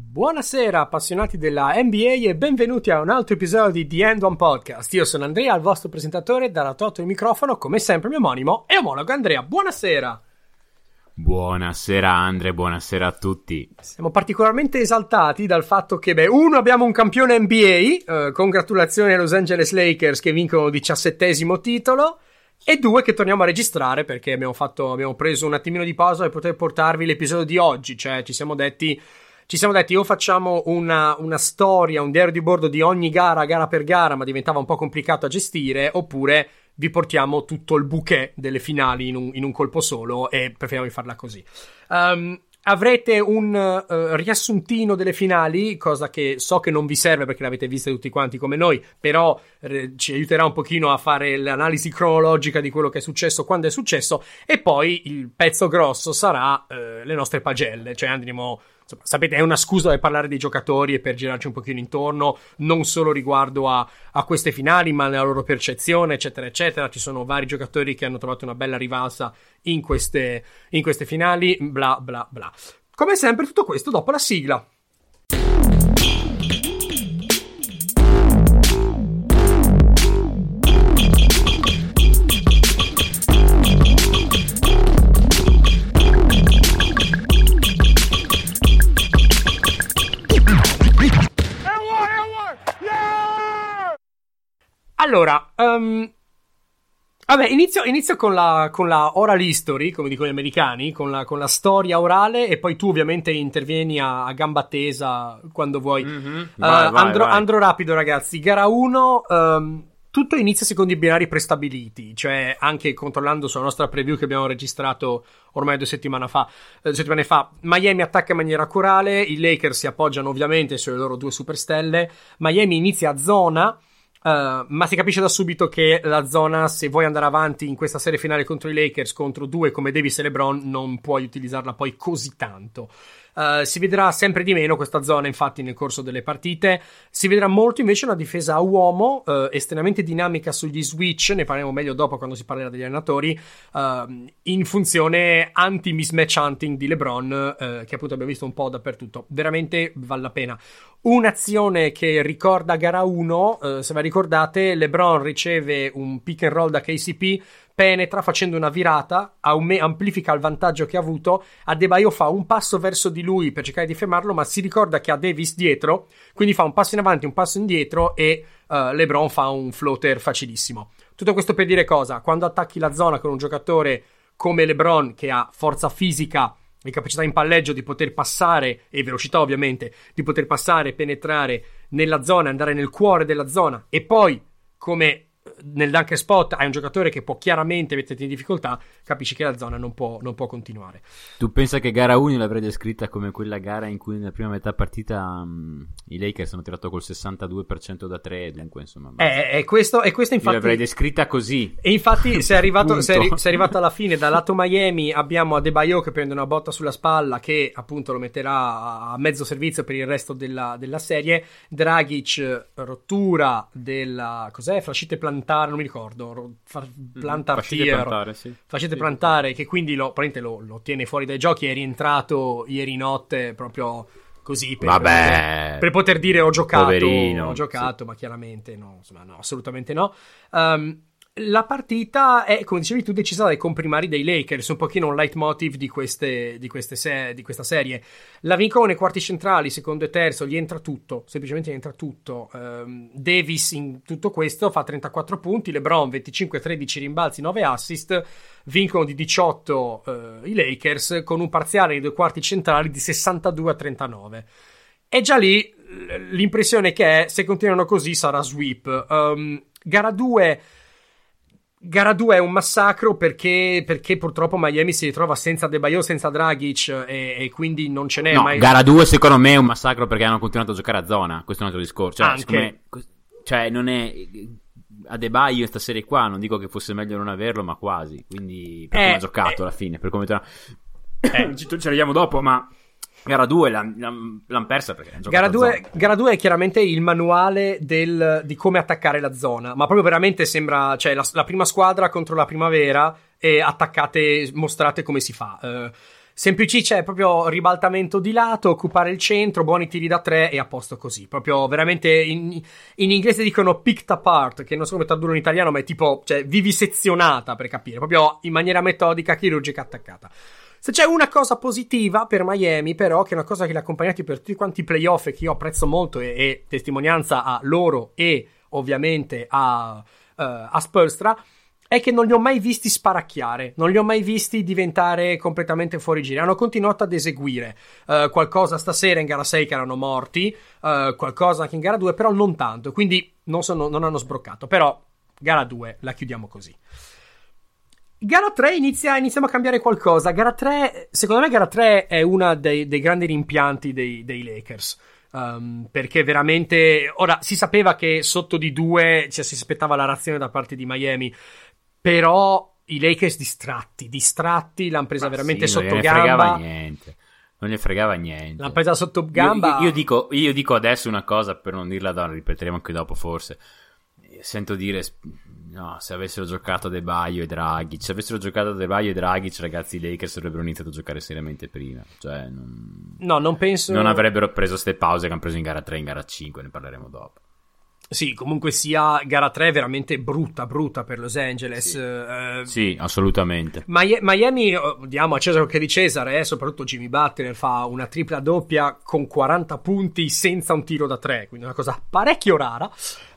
Buonasera appassionati della NBA e benvenuti a un altro episodio di The End One Podcast. Io sono Andrea, il vostro presentatore, dalla Toto il microfono, come sempre mio omonimo e omologo Andrea. Buonasera! Buonasera Andre, buonasera a tutti. Siamo particolarmente esaltati dal fatto che, abbiamo un campione NBA, congratulazioni ai Los Angeles Lakers che vincono il 17° titolo, e 2 che torniamo a registrare perché abbiamo preso un attimino di pausa per poter portarvi l'episodio di oggi, cioè ci siamo detti o facciamo una storia, un diario di bordo di ogni gara per gara, ma diventava un po' complicato a gestire, oppure vi portiamo tutto il bouquet delle finali in un colpo solo e preferiamo di farla così. Avrete un riassuntino delle finali, cosa che so che non vi serve perché l'avete viste tutti quanti come noi, però ci aiuterà un pochino a fare l'analisi cronologica di quello che è successo, quando è successo, e poi il pezzo grosso sarà le nostre pagelle, cioè andremo... Insomma, sapete, è una scusa per parlare dei giocatori e per girarci un pochino intorno, non solo riguardo a queste finali, ma nella loro percezione, eccetera, eccetera. Ci sono vari giocatori che hanno trovato una bella rivalsa in queste finali, bla, bla, bla. Come sempre, tutto questo dopo la sigla. Allora, inizio con la oral history, come dicono gli americani, con la storia orale, e poi tu ovviamente intervieni a gamba tesa quando vuoi. Vai. Andrò rapido, ragazzi. Gara 1, tutto inizia secondo i binari prestabiliti, cioè anche controllando sulla nostra preview che abbiamo registrato ormai 2 settimane fa. Miami attacca in maniera corale, i Lakers si appoggiano ovviamente sulle loro 2 superstelle, Miami inizia a zona. Ma si capisce da subito che la zona, se vuoi andare avanti in questa serie finale contro i Lakers, contro 2 come Davis e LeBron, non puoi utilizzarla poi così tanto. Si vedrà sempre di meno questa zona, infatti, nel corso delle partite. Si vedrà molto invece una difesa a uomo, estremamente dinamica sugli switch, ne parleremo meglio dopo quando si parlerà degli allenatori, in funzione anti-mismatch hunting di LeBron, che appunto abbiamo visto un po' dappertutto. Veramente vale la pena. Un'azione che ricorda gara 1, se vi ricordate, LeBron riceve un pick and roll da KCP, penetra facendo una virata, amplifica il vantaggio che ha avuto, Adebayo fa un passo verso di lui per cercare di fermarlo, ma si ricorda che ha Davis dietro, quindi fa un passo in avanti, un passo indietro, e LeBron fa un floater facilissimo. Tutto questo per dire cosa? Quando attacchi la zona con un giocatore come LeBron, che ha forza fisica e capacità in palleggio di poter passare, e velocità ovviamente, di poter passare, penetrare nella zona, andare nel cuore della zona, e poi come nel dunk spot hai un giocatore che può chiaramente metterti in difficoltà, capisci che la zona non può continuare. Tu pensa che gara 1 l'avrei descritta come quella gara in cui nella prima metà partita i Lakers hanno tirato col 62% da 3, dunque insomma questo infatti io l'avrei descritta così, e infatti sei arrivato alla fine. Dal lato Miami abbiamo Adebayo che prende una botta sulla spalla, che appunto lo metterà a mezzo servizio per il resto della serie. Dragic, rottura della fascite plantare, non mi ricordo, fascite plantare, che quindi lo tiene fuori dai giochi. È rientrato ieri notte proprio così per poter dire ho giocato, poverino, sì. Ma chiaramente no, insomma, no, assolutamente no. La partita è, come dicevi tu, decisa dai comprimari dei Lakers, un pochino un leitmotiv di questa serie. La vincono nei quarti centrali, secondo e terzo, semplicemente gli entra tutto. Davis in tutto questo fa 34 punti, LeBron 25, 13 rimbalzi, 9 assist, vincono di 18 i Lakers con un parziale nei 2 quarti centrali di 62-39. E già lì l'impressione che è, se continuano così sarà sweep. Gara 2 è un massacro perché purtroppo Miami si ritrova senza Adebayo, senza Dragic, e quindi non ce n'è mai. Gara 2 secondo me è un massacro perché hanno continuato a giocare a zona, questo è un altro discorso. Cioè non è Adebayo in questa serie qua, non dico che fosse meglio non averlo, ma quasi, quindi per come ha giocato alla fine, per come ce la vediamo dopo, ma gara 2 l'hanno persa perché gara 2 è chiaramente il manuale di come attaccare la zona, ma proprio veramente sembra, cioè la prima squadra contro la primavera, e attaccate, mostrate come si fa. Semplici, c'è proprio ribaltamento di lato, occupare il centro, buoni tiri da 3 e a posto così. Proprio veramente in inglese dicono picked apart, che non so come tradurre in italiano, ma è tipo, cioè, vivisezionata, per capire, proprio in maniera metodica, chirurgica, attaccata. Se c'è una cosa positiva per Miami, però, che è una cosa che li ha accompagnati per tutti quanti i playoff e che io apprezzo molto e testimonianza a loro e ovviamente a Spoelstra, è che non li ho mai visti sparacchiare, non li ho mai visti diventare completamente fuori giri. Hanno continuato ad eseguire qualcosa stasera in gara 6 che erano morti, qualcosa anche in gara 2, però non tanto, quindi non hanno sbroccato. Però gara 2 la chiudiamo così. Gara 3 iniziamo a cambiare qualcosa. Gara 3, secondo me gara 3 è una dei grandi rimpianti dei Lakers. Perché veramente ora si sapeva che sotto di 2 si aspettava la reazione da parte di Miami, però i Lakers distratti l'hanno presa veramente sotto gamba. Non ne fregava niente. L'hanno presa sotto gamba. Io dico adesso una cosa, per non dirla dopo, ripeteremo anche dopo forse. Sento dire, no, se avessero giocato Adebayo e Dragic, ragazzi, i Lakers avrebbero iniziato a giocare seriamente prima. Cioè, non penso. Non avrebbero preso ste pause che hanno preso in gara 3 e in gara 5, ne parleremo dopo. Sì, comunque sia, gara 3 veramente brutta per Los Angeles. Sì, assolutamente. Miami, diamo a Cesare che di Cesare, soprattutto Jimmy Butler fa una tripla doppia con 40 punti senza un tiro da 3, quindi una cosa parecchio rara.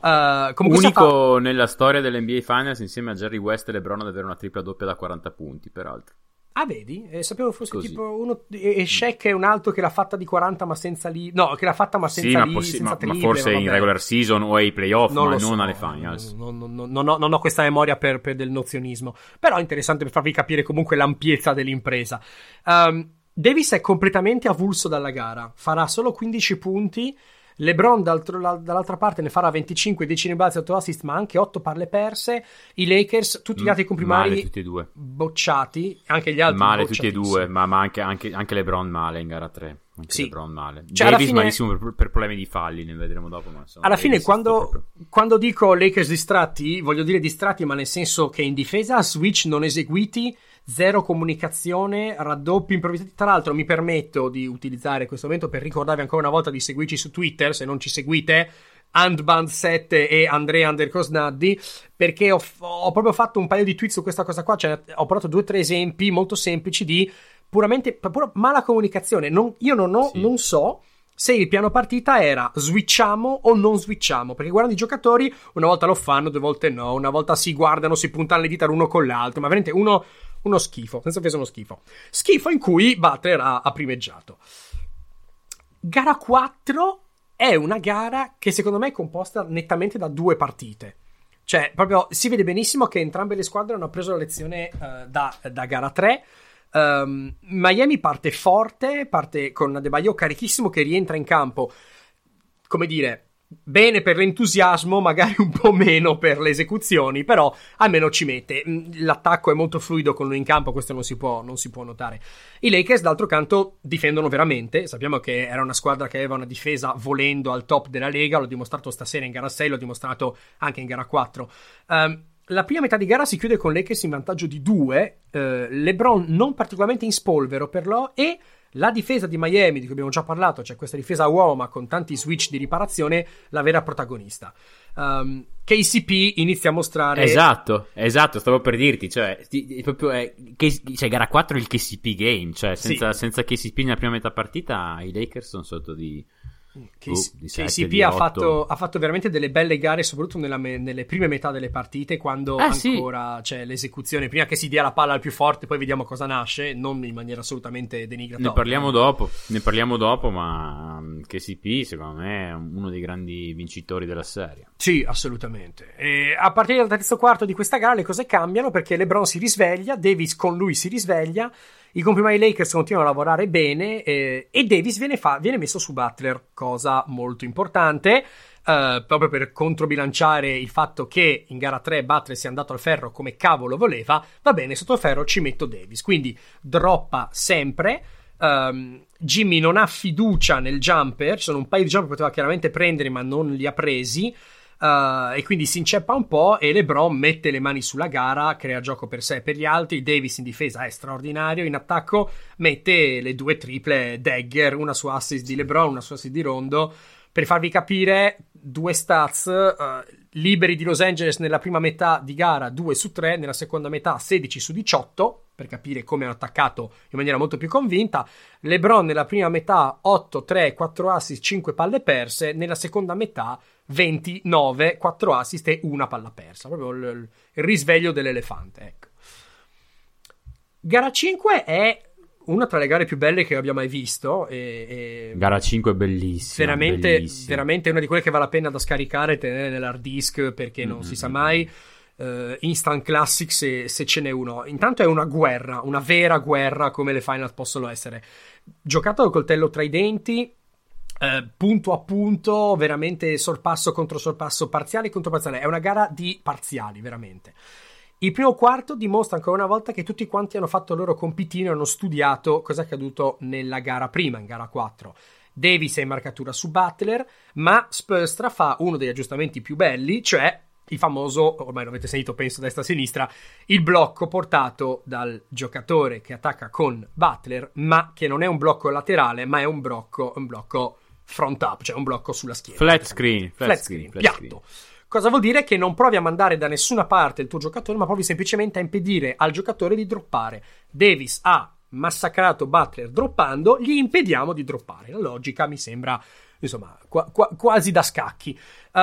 Unico nella storia dell'NBA Finals insieme a Jerry West e LeBron ad avere una tripla doppia da 40 punti, peraltro. Ah, vedi? Sapevo fosse così. Tipo uno e Shaq è un altro che l'ha fatta di 40 ma senza lì. No, che l'ha fatta ma senza lì, senza ma forse in regular season o ai playoff, ma non alle finals. Non ho questa memoria per del nozionismo. Però è interessante per farvi capire comunque l'ampiezza dell'impresa. Davis è completamente avulso dalla gara. Farà solo 15 punti. LeBron dall'altra parte ne farà 25, 10 rimbalzi, 8 assist, ma anche 8 palle perse. I Lakers, tutti gli altri comprimari tutti e due. Bocciati, anche gli altri male tutti e due, ma anche LeBron male in gara 3. Sì. LeBron male. Cioè, Davis malissimo per problemi di falli, ne vedremo dopo. Ma insomma, alla fine quando dico Lakers distratti, voglio dire distratti, ma nel senso che in difesa switch non eseguiti, zero comunicazione, raddoppi improvvisati. Tra l'altro mi permetto di utilizzare questo momento per ricordarvi ancora una volta di seguirci su Twitter, se non ci seguite, Handband7 e Andrea_Naddi, perché ho proprio fatto un paio di tweet su questa cosa qua, cioè ho portato 2 o 3 esempi molto semplici di pura mala comunicazione. Non so se il piano partita era switchiamo o non switchiamo, perché guardando i giocatori una volta lo fanno, 2 volte no, una volta si guardano, si puntano le dita l'uno con l'altro, ma veramente uno schifo, senza offesa, uno schifo in cui Butler ha primeggiato. Gara 4 è una gara che secondo me è composta nettamente da 2 partite, cioè proprio si vede benissimo che entrambe le squadre hanno preso la lezione da gara 3. Miami parte forte, parte con Adebayo carichissimo che rientra in campo, come dire, bene per l'entusiasmo, magari un po' meno per le esecuzioni, però almeno ci mette. L'attacco è molto fluido con lui in campo, questo non si può notare. I Lakers d'altro canto difendono veramente, sappiamo che era una squadra che aveva una difesa volendo al top della Lega, l'ho dimostrato stasera in gara 6, l'ho dimostrato anche in gara 4. La prima metà di gara si chiude con Lakers in vantaggio di 2, LeBron non particolarmente in spolvero per lo, e la difesa di Miami, di cui abbiamo già parlato, cioè questa difesa a uomo ma con tanti switch di riparazione, la vera protagonista. KCP inizia a mostrare... Esatto, stavo per dirti, cioè gara 4 il KCP game, cioè senza KCP nella prima metà partita i Lakers sono sotto di... KCP ha fatto veramente delle belle gare, soprattutto nelle prime metà delle partite, quando ancora c'è l'esecuzione, prima che si dia la palla al più forte, poi vediamo cosa nasce, non in maniera assolutamente denigratoria. Ne parliamo dopo, ma KCP secondo me è uno dei grandi vincitori della serie. Sì, assolutamente. E a partire dal terzo quarto di questa gara le cose cambiano, perché LeBron si risveglia, Davis con lui si risveglia, i comprimari Lakers continuano a lavorare bene, e Davis viene messo su Butler, cosa molto importante, proprio per controbilanciare il fatto che in gara 3 Butler sia andato al ferro come cavolo voleva. Va bene, sotto il ferro ci metto Davis, quindi droppa sempre. Jimmy non ha fiducia nel jumper, ci sono un paio di jumper che poteva chiaramente prendere ma non li ha presi. e quindi si inceppa un po' e LeBron mette le mani sulla gara, crea gioco per sé e per gli altri. Davis in difesa è straordinario, in attacco mette le 2 triple dagger, una su assist di LeBron, una su assist di Rondo. Per farvi capire, 2 stats, liberi di Los Angeles nella prima metà di gara 2 su 3, nella seconda metà 16 su 18, per capire come hanno attaccato in maniera molto più convinta. LeBron nella prima metà 8, 3, 4 assist, 5 palle perse, nella seconda metà 29, 4 assist e una palla persa, proprio il risveglio dell'elefante, ecco. Gara 5 è una tra le gare più belle che abbia mai visto. Gara 5 è bellissima. Veramente una di quelle che vale la pena da scaricare e tenere nell'hard disk, perché non si sa mai. Instant classic se ce n'è uno. Intanto è una guerra, una vera guerra come le finals possono essere. Giocato col coltello tra i denti, punto a punto, veramente sorpasso contro sorpasso, parziale contro parziale. È una gara di parziali, veramente. Il primo quarto dimostra ancora una volta che tutti quanti hanno fatto il loro compitino e hanno studiato cosa è accaduto nella gara prima, in gara 4. Davis è in marcatura su Butler, ma Spoelstra fa uno degli aggiustamenti più belli, cioè il famoso, ormai l'avete sentito penso destra-sinistra, il blocco portato dal giocatore che attacca con Butler, ma che non è un blocco laterale, ma è un blocco front up, cioè un blocco sulla schiena. Flat screen, piatto. Cosa vuol dire? Che non provi a mandare da nessuna parte il tuo giocatore, ma provi semplicemente a impedire al giocatore di droppare. Davis ha massacrato Butler droppando, gli impediamo di droppare. La logica mi sembra, insomma, quasi da scacchi.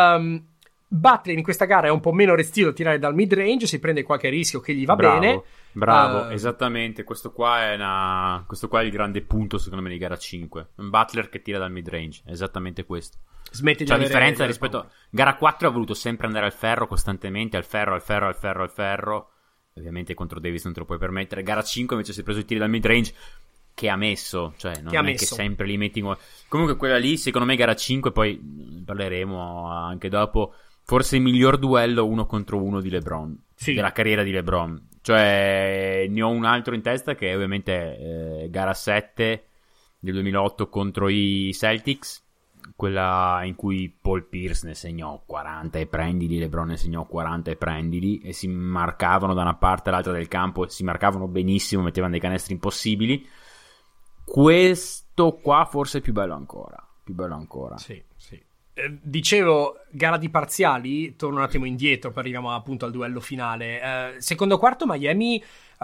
Butler in questa gara è un po' meno restio a tirare dal mid range, si prende qualche rischio che gli va bene. Bravo, esattamente. Questo qua è il grande punto secondo me di gara 5. Un Butler che tira dal mid range, esattamente questo. Smetti di avere la differenza rispetto a gara 4 ha voluto sempre andare al ferro costantemente, al ferro. Ovviamente contro Davis non te lo puoi permettere. Gara 5 invece si è preso i tiri dal mid range che ha messo, cioè non è che sempre li metti comunque quella lì secondo me gara 5, poi parleremo anche dopo, forse il miglior duello 1 contro 1 di LeBron, della carriera di LeBron. Cioè ne ho un altro in testa che è ovviamente gara 7 del 2008 contro i Celtics, quella in cui Paul Pierce ne segnò 40 e prendili, LeBron ne segnò 40 e prendili, e si marcavano da una parte all'altra del campo, si marcavano benissimo, mettevano dei canestri impossibili. Questo qua forse è più bello ancora. Sì. Dicevo, gara di parziali, torno un attimo indietro, poi arriviamo appunto al duello finale. Secondo quarto Miami,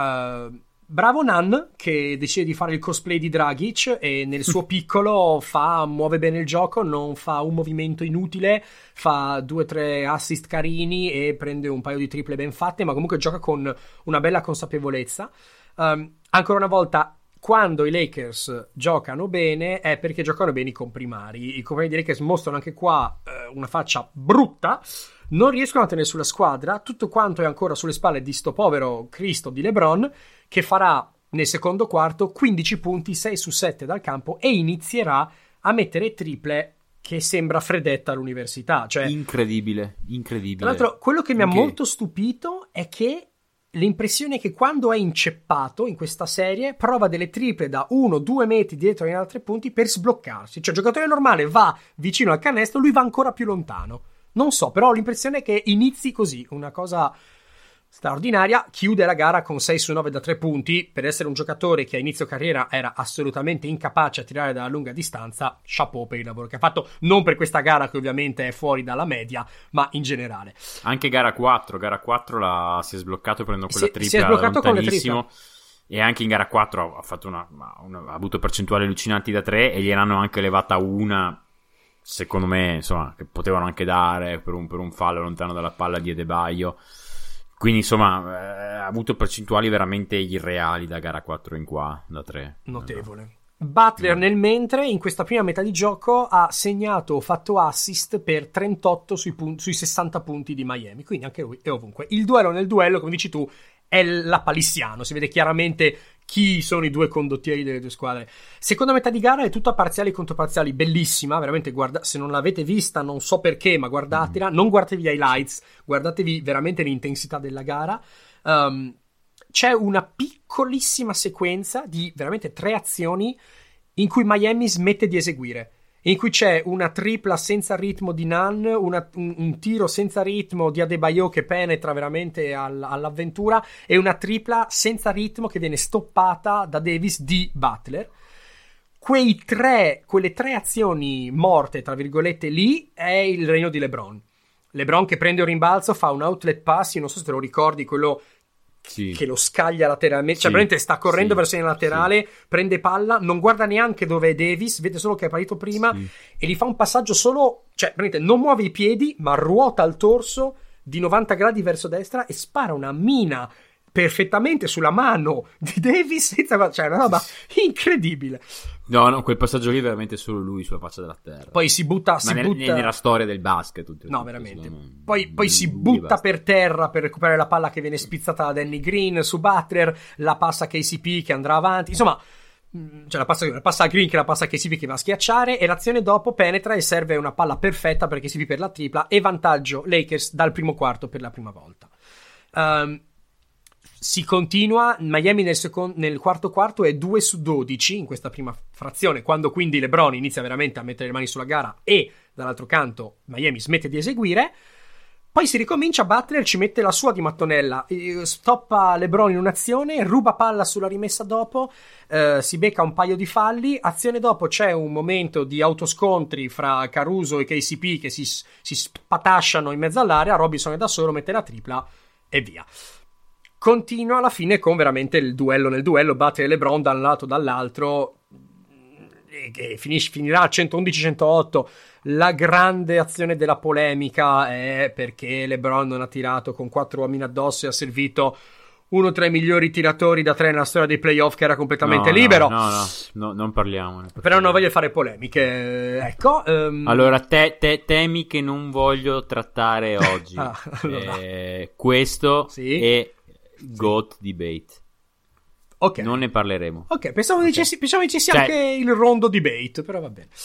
bravo Nan che decide di fare il cosplay di Dragic e nel suo piccolo muove bene il gioco, non fa un movimento inutile, fa 2-3 assist carini e prende un paio di triple ben fatte, ma comunque gioca con una bella consapevolezza. Ancora una volta, quando i Lakers giocano bene è perché giocano bene i comprimari. I comprimari dei Lakers mostrano anche qua una faccia brutta, non riescono a tenere sulla squadra, tutto quanto è ancora sulle spalle di sto povero Cristo di LeBron, che farà nel secondo quarto 15 punti, 6 su 7 dal campo, e inizierà a mettere triple che sembra Fredetta all'università. Cioè, incredibile. Tra l'altro, quello che mi ha molto stupito è che l'impressione è che quando è inceppato in questa serie prova delle triple da 1-2 metri dietro agli altri punti per sbloccarsi. Cioè, il giocatore normale va vicino al canestro, lui va ancora più lontano. Non so, però ho l'impressione che inizi così, una cosa straordinaria. Chiude la gara con 6 su 9 da 3 punti. Per essere un giocatore che a inizio carriera era assolutamente incapace a tirare dalla lunga distanza, chapeau per il lavoro che ha fatto, non per questa gara che ovviamente è fuori dalla media, ma in generale. Anche gara 4 si è sbloccato prendendo quella tripla, si è sbloccato lontanissimo, con le triple. E anche in gara 4 ha fatto ha avuto percentuali allucinanti da 3 e gliel'hanno anche levata una, secondo me, insomma, che potevano anche dare per un fallo lontano dalla palla di Adebayo. Quindi insomma ha avuto percentuali veramente irreali da gara 4 in qua, da 3. Notevole. Butler nel mentre in questa prima metà di gioco ha segnato o fatto assist per 38 sui 60 punti di Miami, quindi anche lui è ovunque. Il duello nel duello, come dici tu, è lapalissiano, si vede chiaramente chi sono i due condottieri delle due squadre. Seconda metà di gara è tutta parziali contro parziali, bellissima, veramente. Se non l'avete vista non so perché, ma guardatela, non guardatevi gli highlights, guardatevi veramente l'intensità della gara. C'è una piccolissima sequenza di veramente 3 azioni in cui Miami smette di eseguire in cui c'è una tripla senza ritmo di Nunn, un tiro senza ritmo di Adebayo che penetra veramente all'avventura, e una tripla senza ritmo che viene stoppata da Davis di Butler. Quelle tre azioni morte, tra virgolette, lì è il regno di LeBron. LeBron che prende un rimbalzo, fa un outlet pass, io non so se te lo ricordi, quello che lo scaglia lateralmente, cioè veramente sta correndo verso il laterale, prende palla, non guarda neanche dove è Davis, vede solo che è partito prima e gli fa un passaggio solo, cioè veramente non muove i piedi ma ruota il torso di 90 gradi verso destra e spara una mina perfettamente sulla mano di Davis senza, cioè una roba incredibile. No, quel passaggio lì è veramente solo lui sulla faccia della terra. Poi si butta nella storia del basket. No, veramente. Poi si butta per terra per recuperare la palla che viene spizzata da Danny Green su Butler, la passa a KCP che andrà avanti, insomma, cioè la passa a Green che la passa a KCP che va a schiacciare, e l'azione dopo penetra e serve una palla perfetta per KCP per la tripla, e vantaggio Lakers dal primo quarto per la prima volta. Si continua, Miami nel quarto quarto è 2-12 in questa prima frazione, quando quindi LeBron inizia veramente a mettere le mani sulla gara e dall'altro canto Miami smette di eseguire. Poi si ricomincia, Butler ci mette la sua di mattonella, stoppa LeBron in un'azione, ruba palla sulla rimessa dopo, si becca un paio di falli, azione dopo c'è un momento di autoscontri fra Caruso e KCP che si spatasciano in mezzo all'area, Robinson è da solo, mette la tripla e via. Continua alla fine con veramente il duello nel duello, Butler e LeBron da un lato dall'altro, e finirà a 111-108. La grande azione della polemica è perché LeBron non ha tirato con 4 uomini addosso e ha servito uno tra i migliori tiratori da 3 nella storia dei playoff, che era completamente libero. No, non parliamone. Però non voglio fare polemiche, ecco. Allora, temi che non voglio trattare oggi. Allora. Questo è GOAT debate. Ok. Non ne parleremo. Ok, pensavo dicessi anche il rondo debate, però va bene.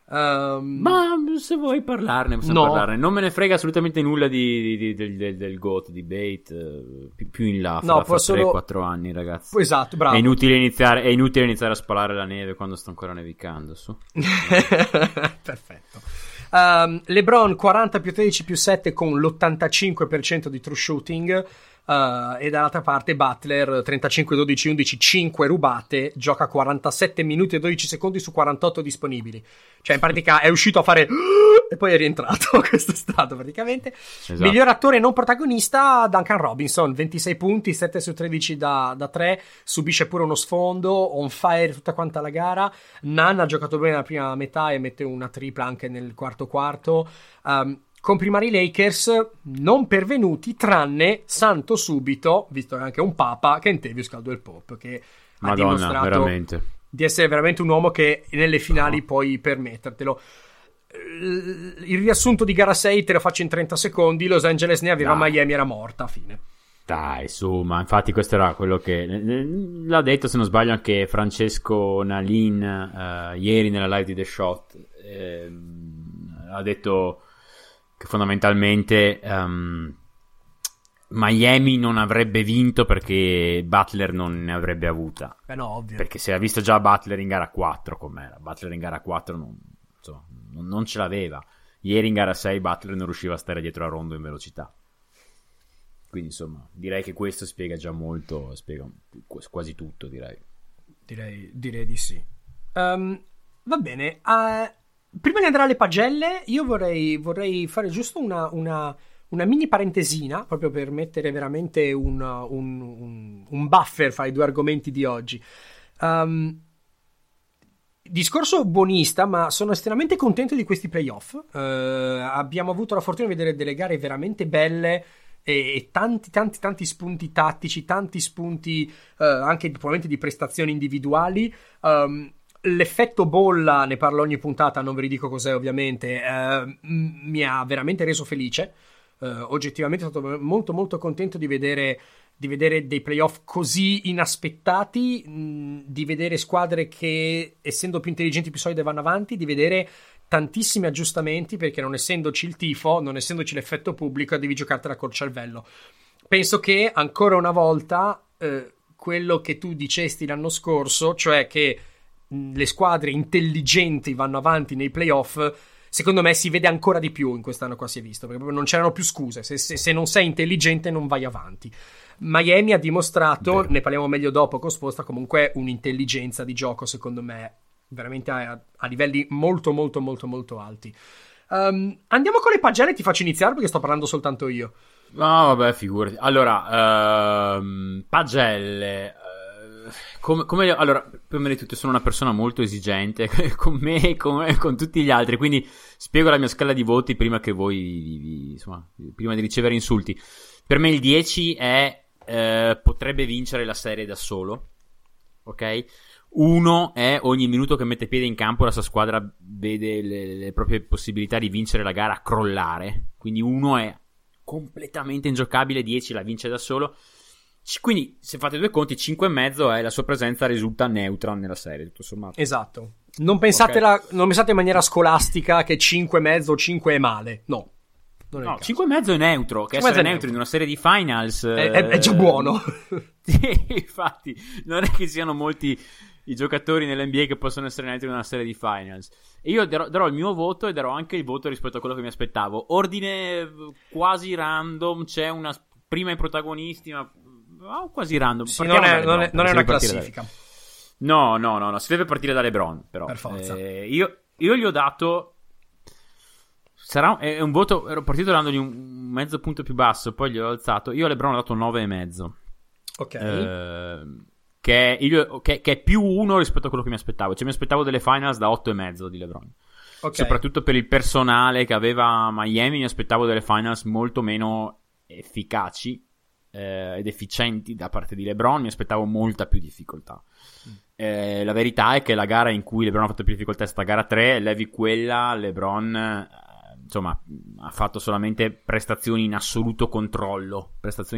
Ma se vuoi parlarne, parlarne. Non me ne frega assolutamente nulla del GOAT debate. Più in là, fra 3-4 anni, ragazzi. Esatto, bravo. È inutile iniziare a spalare la neve quando sta ancora nevicando, su. Perfetto. LeBron 40 più 13 più 7 con l'85% di true shooting. E dall'altra parte Butler 35-12-11, 5 rubate, gioca 47 minuti e 12 secondi su 48 disponibili, cioè in pratica è uscito a fare e poi è rientrato. Questo è stato praticamente. Esatto. Miglior attore non protagonista Duncan Robinson, 26 punti, 7 su 13 da 3, subisce pure uno sfondo, on fire tutta quanta la gara. Nunn ha giocato bene la prima metà e mette una tripla anche nel quarto. Comprimari Lakers non pervenuti, tranne santo subito, visto che anche un papa, Kentavious Caldwell-Pope, che ha dimostrato veramente di essere veramente un uomo che nelle finali puoi permettertelo. Il riassunto di gara 6 te lo faccio in 30 secondi. Los Angeles ne aveva, Miami era morta, fine. Dai, su, ma infatti questo era quello che l'ha detto, se non sbaglio, anche Francesco Nalin ieri nella live di The Shot. Ha detto che fondamentalmente Miami non avrebbe vinto perché Butler non ne avrebbe avuta. No, ovvio. Perché si era visto già Butler in gara 4 com'era. Butler in gara 4 non ce l'aveva. Ieri in gara 6 Butler non riusciva a stare dietro a Rondo in velocità. Quindi insomma, direi che questo spiega già molto, spiega quasi tutto, direi. Direi di sì. Va bene. Prima di andare alle pagelle, io vorrei fare giusto una mini parentesina, proprio per mettere veramente un buffer fra i due argomenti di oggi. Discorso buonista, ma sono estremamente contento di questi playoff. Abbiamo avuto la fortuna di vedere delle gare veramente belle e tanti spunti tattici, tanti spunti anche probabilmente di prestazioni individuali. L'effetto bolla, ne parlo ogni puntata, non ve li dico cos'è ovviamente, mi ha veramente reso felice. Oggettivamente sono stato molto molto contento di vedere dei playoff così inaspettati, di vedere squadre che, essendo più intelligenti, più solide, vanno avanti, di vedere tantissimi aggiustamenti, perché non essendoci il tifo, non essendoci l'effetto pubblico, devi giocartela col cervello. Penso che ancora una volta quello che tu dicesti l'anno scorso, cioè che le squadre intelligenti vanno avanti nei playoff, secondo me si vede ancora di più in quest'anno qua, si è visto, perché proprio non c'erano più scuse, se non sei intelligente non vai avanti. Miami ha dimostrato, ne parliamo meglio dopo con Sposta, comunque un'intelligenza di gioco secondo me veramente a livelli molto molto molto molto alti. Andiamo con le pagelle, ti faccio iniziare perché sto parlando soltanto io. No, vabbè, figurati. Allora, pagelle. Allora, prima di tutto sono una persona molto esigente con me e con tutti gli altri, quindi spiego la mia scala di voti prima che voi insomma, prima di ricevere insulti. Per me il 10 è potrebbe vincere la serie da solo, ok? 1 è ogni minuto che mette piede in campo la sua squadra vede le proprie possibilità di vincere la gara crollare, quindi 1 è completamente ingiocabile, 10 la vince da solo. Quindi se fate due conti, 5,5 è la sua presenza risulta neutra nella serie, tutto sommato. Esatto. Non pensate in maniera scolastica che 5,5 o 5 è male. No. 5,5 è neutro. Che essere neutro in una serie di finals è già buono. Sì, infatti, non è che siano molti i giocatori nell'NBA che possono essere neutri in una serie di finals. E io darò il mio voto e darò anche il voto rispetto a quello che mi aspettavo. Ordine quasi random, c'è una prima ai protagonisti, ma quasi random. Sì, non è una classifica. No, si deve partire da LeBron, però. Per forza. Io gli ho dato... È un voto, ero partito dandogli un mezzo punto più basso, poi gli ho alzato. Io a LeBron ho dato 9,5. Ok. Che è più 1 rispetto a quello che mi aspettavo. Cioè mi aspettavo delle finals da 8,5 di LeBron. Okay. Soprattutto per il personale che aveva Miami mi aspettavo delle finals molto meno efficaci ed efficienti da parte di LeBron. Mi aspettavo molta più difficoltà. La verità è che la gara in cui LeBron ha fatto più difficoltà è stata gara 3. Levi quella, LeBron insomma ha fatto solamente prestazioni in assoluto controllo.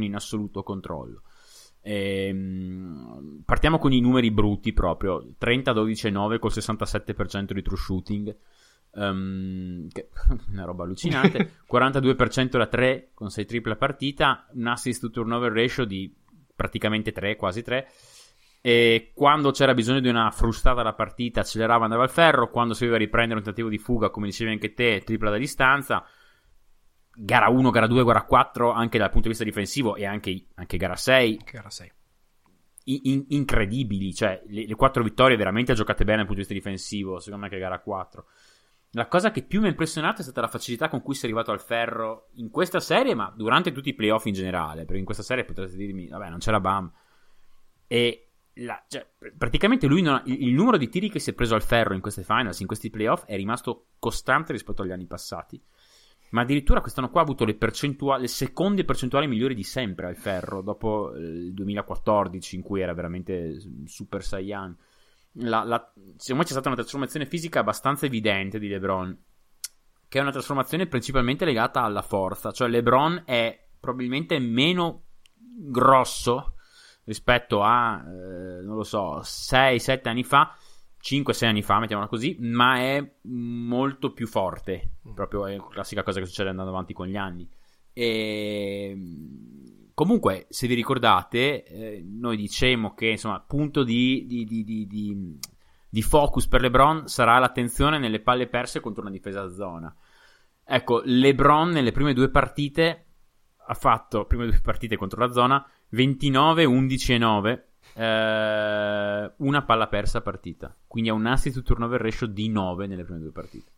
Partiamo con i numeri brutti proprio: 30, 12 e 9 col 67% di true shooting, che una roba allucinante. 42% da 3 con 6 triple a partita, un assist to turnover ratio di praticamente 3, quasi 3. E quando c'era bisogno di una frustata alla partita accelerava, andava al ferro. Quando si doveva riprendere un tentativo di fuga, come dicevi anche te, tripla da distanza. Gara 1, gara 2, gara 4 anche dal punto di vista difensivo, e anche gara 6 incredibili, cioè le 4 vittorie veramente giocate bene dal punto di vista difensivo, secondo me, che gara 4. La cosa che più mi ha impressionato è stata la facilità con cui si è arrivato al ferro in questa serie, ma durante tutti i playoff in generale, perché in questa serie potreste dirmi vabbè, non c'era Bam, e cioè, praticamente lui il numero di tiri che si è preso al ferro in queste finals, in questi playoff, è rimasto costante rispetto agli anni passati. Ma addirittura quest'anno qua ha avuto le seconde percentuali migliori di sempre al ferro, dopo il 2014 in cui era veramente Super Saiyan. Secondo me c'è stata una trasformazione fisica abbastanza evidente di LeBron, che è una trasformazione principalmente legata alla forza. Cioè LeBron è probabilmente meno grosso rispetto a, non lo so, 6-7 anni fa, 5-6 anni fa, mettiamola così, ma è molto più forte. Proprio è la classica cosa che succede andando avanti con gli anni. E comunque, se vi ricordate, noi dicemmo che insomma punto di focus per LeBron sarà l'attenzione nelle palle perse contro una difesa a zona. Ecco, LeBron nelle prime 2 partite ha fatto, prime 2 partite contro la zona, 29, 11 e 9, una palla persa a partita, quindi ha un assist to turnover ratio di 9 nelle prime 2 partite.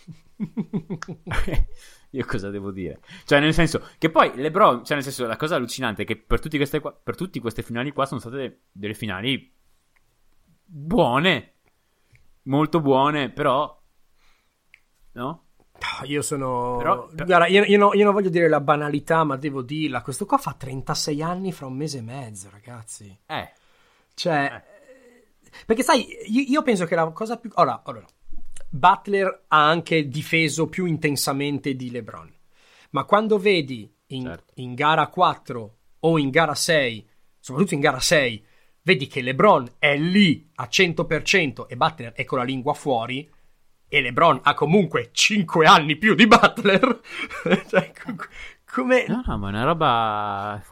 Io cosa devo dire? Cioè, nel senso che poi LeBron, cioè nel senso, la cosa allucinante è che per tutte queste finali qua sono state delle finali buone, molto buone, però no? Io sono... Guarda, io non voglio dire la banalità, ma devo dirla. Questo qua fa 36 anni fra un mese e mezzo, ragazzi. Cioè, perché sai, io penso che la cosa più... Allora, Butler ha anche difeso più intensamente di LeBron. Ma quando vedi in gara 4 o in gara 6, soprattutto in gara 6, vedi che LeBron è lì a 100% e Butler è con la lingua fuori, e LeBron ha comunque 5 anni più di Butler, cioè, No, ma è una roba...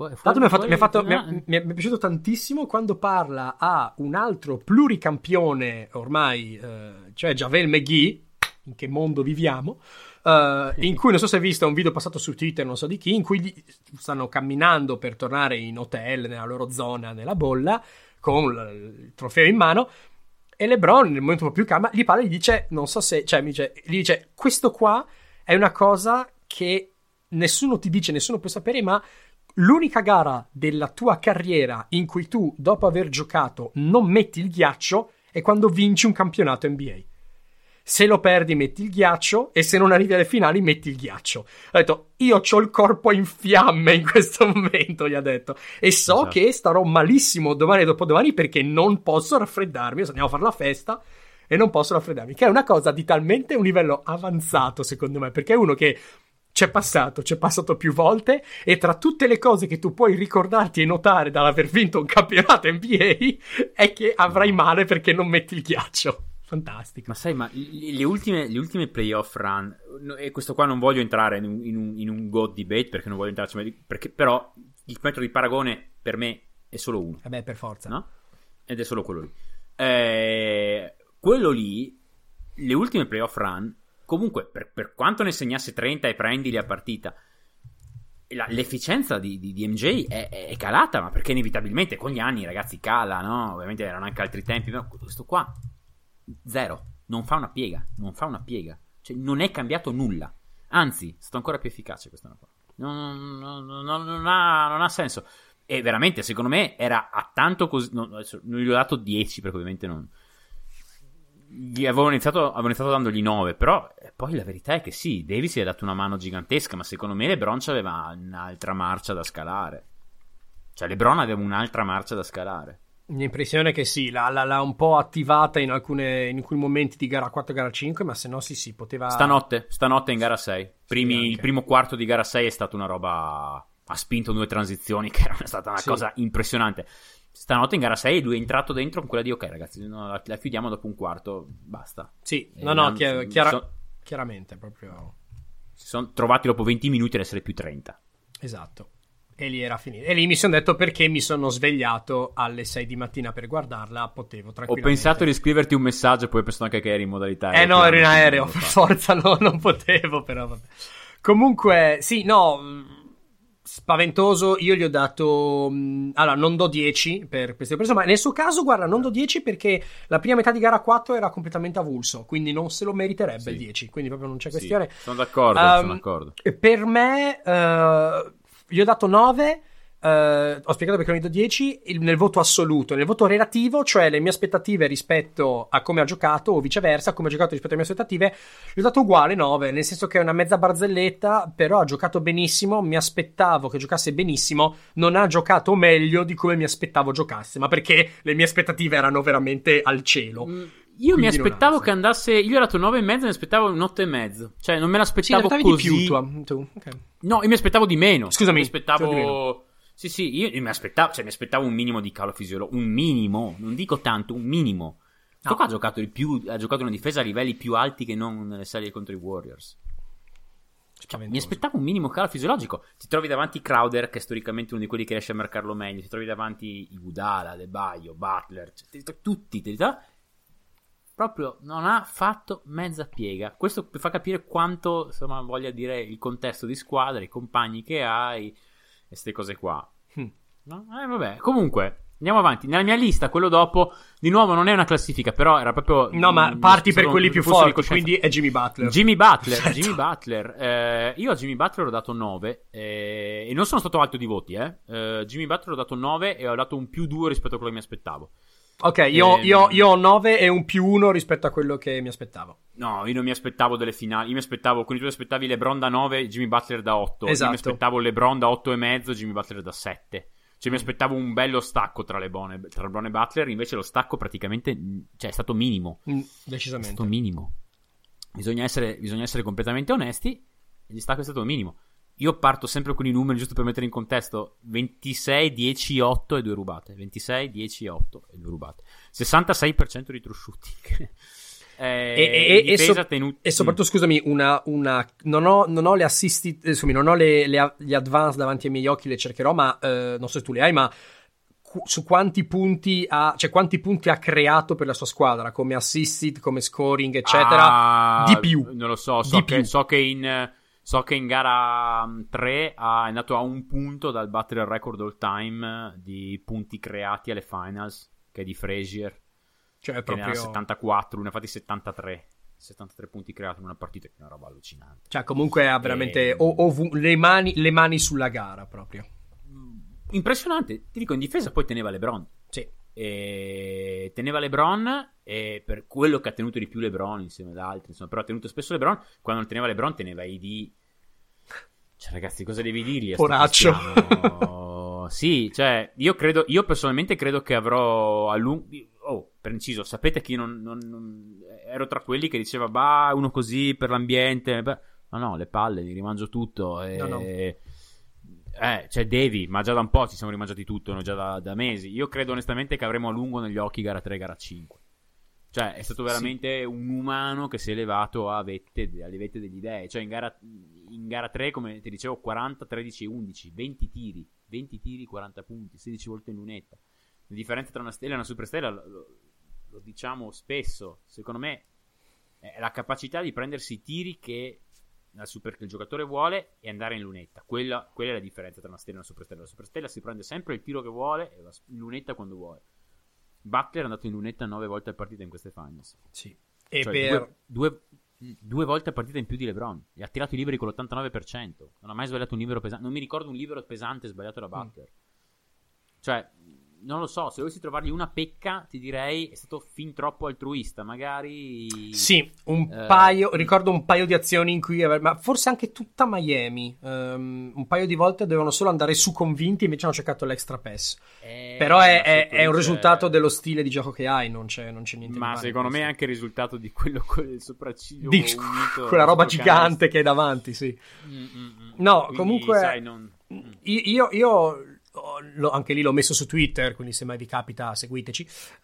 Mi è piaciuto tantissimo quando parla a un altro pluricampione ormai, cioè JaVale McGee, in che mondo viviamo, in cui non so se hai visto un video passato su Twitter, non so di chi, in cui stanno camminando per tornare in hotel, nella loro zona, nella bolla, con il trofeo in mano, e LeBron, nel momento un po' più calma, gli parla e gli dice, non so se, cioè, gli dice, questo qua è una cosa che nessuno ti dice, nessuno può sapere, ma l'unica gara della tua carriera in cui tu, dopo aver giocato, non metti il ghiaccio è quando vinci un campionato NBA. Se lo perdi metti il ghiaccio, e se non arrivi alle finali metti il ghiaccio. Ha detto, io c'ho il corpo in fiamme in questo momento, gli ha detto, e so che starò malissimo domani e dopodomani perché non posso raffreddarmi, andiamo a fare la festa e non posso raffreddarmi, che è una cosa di talmente un livello avanzato secondo me, perché è uno che c'è passato più volte, e tra tutte le cose che tu puoi ricordarti e notare dall'aver vinto un campionato NBA è che avrai male perché non metti il ghiaccio. Fantastico. Ma sai, ma le ultime playoff run, e questo qua non voglio entrare in un GOAT debate perché non voglio entrarci, perché però il metro di paragone per me è solo uno. Vabbè, per forza. No? Ed è solo quello lì. Quello lì, le ultime playoff run, comunque, per quanto ne segnasse 30 e prendili a partita, l'efficienza di MJ è calata, ma perché inevitabilmente con gli anni, ragazzi, cala, no? Ovviamente erano anche altri tempi, ma questo qua, zero. Non fa una piega. Cioè, non è cambiato nulla. Anzi, è stato ancora più efficace quest'anno qua. Non ha senso. E veramente, secondo me, era a tanto così... non gli ho dato 10, perché ovviamente non... Avevo iniziato dandogli 9, però poi la verità è che sì, Davis gli ha dato una mano gigantesca, ma secondo me LeBron aveva un'altra marcia da scalare. Cioè LeBron aveva un'altra marcia da scalare. L'impressione è che sì, l'ha un po' attivata in alcuni momenti di gara 4 e gara 5, ma se no sì, poteva... Stanotte in gara 6. Il primo quarto di gara 6 è stata una roba... Ha spinto 2 transizioni che era stata una cosa impressionante. Stanotte in gara 6 lui è entrato dentro con quella di ok ragazzi, la chiudiamo dopo un quarto, basta. Sì, chiaramente proprio si sono trovati dopo 20 minuti ad essere più 30. Esatto. E lì era finito. E lì mi sono detto, perché mi sono svegliato alle 6 di mattina per guardarla, potevo tranquillamente. Ho pensato di scriverti un messaggio, poi ho pensato anche che eri in modalità no, ero in aereo, per forza non potevo, però vabbè. Comunque, sì, no, spaventoso. Io gli ho dato allora non do 10 per queste prese, ma nel suo caso guarda, non do 10 perché la prima metà di gara 4 era completamente avulso, quindi non se lo meriterebbe il 10, quindi proprio non c'è questione. Sono d'accordo. Per me gli ho dato 9. Ho spiegato perché ho dato 10 nel voto assoluto. Nel voto relativo, cioè le mie aspettative rispetto a come ha giocato, o viceversa, come ha giocato rispetto alle mie aspettative, gli ho dato uguale 9, nel senso che è una mezza barzelletta, però ha giocato benissimo. Mi aspettavo che giocasse benissimo, non ha giocato meglio di come mi aspettavo giocasse, ma perché le mie aspettative erano veramente al cielo. Io mi aspettavo che andasse. Io ero dato 9,5, mi aspettavo un 8,5. Cioè, non me l'aspettavo così. Di più, tu. Okay. No, io mi aspettavo di meno. Scusami. Mi aspettavo. Sì, io mi aspettavo un minimo di calo fisiologico. Un minimo, non dico tanto, un minimo. No. Qua ha giocato ha giocato una difesa a livelli più alti che non nelle serie contro i Warriors. Cioè, mi aspettavo un minimo calo fisiologico. Ti trovi davanti Crowder, che è storicamente uno di quelli che riesce a marcarlo meglio. Ti trovi davanti Iguodala, De Baio, Butler, tutti. Proprio non ha fatto mezza piega. Questo per far capire quanto, insomma, voglia dire il contesto di squadra, i compagni che hai e queste cose qua. No? Vabbè, comunque andiamo avanti. Nella mia lista, quello dopo, di nuovo non è una classifica, però era proprio... No, ma parti per quelli più forti, quindi è Jimmy Butler. Certo. Jimmy Butler. Io a Jimmy Butler ho dato 9 e non sono stato alto di voti. Jimmy Butler ho dato 9 e ho dato un più 2 rispetto a quello che mi aspettavo. Ok, io ho 9 e un più 1 rispetto a quello che mi aspettavo. No, io non mi aspettavo delle finali. Io mi aspettavo, con i tuoi aspettavi LeBron da 9, Jimmy Butler da 8. Esatto. Io mi aspettavo LeBron da 8,5, Jimmy Butler da 7. Cioè mi aspettavo un bello stacco tra LeBron e Butler, invece lo stacco praticamente è stato minimo. Decisamente. È stato minimo. Bisogna essere completamente onesti, e il stacco è stato minimo. Io parto sempre con i numeri giusto per mettere in contesto: 26, 10, 8 e 2 rubate. 26, 10, 8 e 2 rubate. 66% di true shooting. e soprattutto scusami, non ho le assisted, insomma, non ho gli advance davanti ai miei occhi, le cercherò, ma non so se tu le hai, ma su quanti punti ha creato per la sua squadra come assisted, come scoring, eccetera, di più. Non lo so, so che in gara 3 è andato a un punto dal battere il record all time di punti creati alle finals, che è di Frazier, cioè che proprio... ne ha 74, lui ne ha fatti 73 punti creati in una partita, che è una roba allucinante. Cioè comunque ha veramente le mani sulla gara proprio. Impressionante, ti dico, in difesa poi teneva LeBron. Sì. E teneva LeBron, e per quello che ha tenuto di più LeBron insieme ad altri, insomma, però ha tenuto spesso LeBron. Quando non teneva LeBron teneva AD. Cioè ragazzi, cosa devi dirgli? Poraccio. Sì, cioè io personalmente credo che avrò per inciso, sapete che io non ero tra quelli che diceva uno così per l'ambiente, no, le palle, mi rimangio tutto e... No. Cioè devi, ma già da un po' ci siamo rimangiati tutto, no? Già da mesi. Io credo onestamente che avremo a lungo negli occhi gara 3, gara 5. Cioè è stato veramente un umano che si è elevato alle vette degli dei. Cioè in gara 3, come ti dicevo, 40, 13 e 11, 20 tiri, 40 punti, 16 volte in lunetta. La differenza tra una stella e una superstella, lo diciamo spesso, secondo me è la capacità di prendersi i tiri che il giocatore vuole e andare in lunetta. Quella è la differenza tra una stella e una superstella. La superstella si prende sempre il tiro che vuole e va in lunetta quando vuole. Butler è andato in lunetta 9 volte a partita in queste finals. Sì. E cioè, due volte a partita in più di LeBron. E ha tirato i liberi con l'89%. Non ha mai sbagliato un libero pesante. Non mi ricordo un libero pesante sbagliato da Butler. Cioè, non lo so, se dovessi trovargli una pecca, ti direi è stato fin troppo altruista, magari... Sì, ricordo un paio di azioni in cui, ma forse anche tutta Miami, un paio di volte dovevano solo andare su convinti, invece hanno cercato l'extra pass. Però è un risultato dello stile di gioco che hai, non c'è niente ma di secondo me è anche il risultato di quello con il sopraciglio unito, quella roba gigante che hai davanti, sì. No, quindi, comunque sai, io anche lì l'ho messo su Twitter, quindi se mai vi capita seguiteci.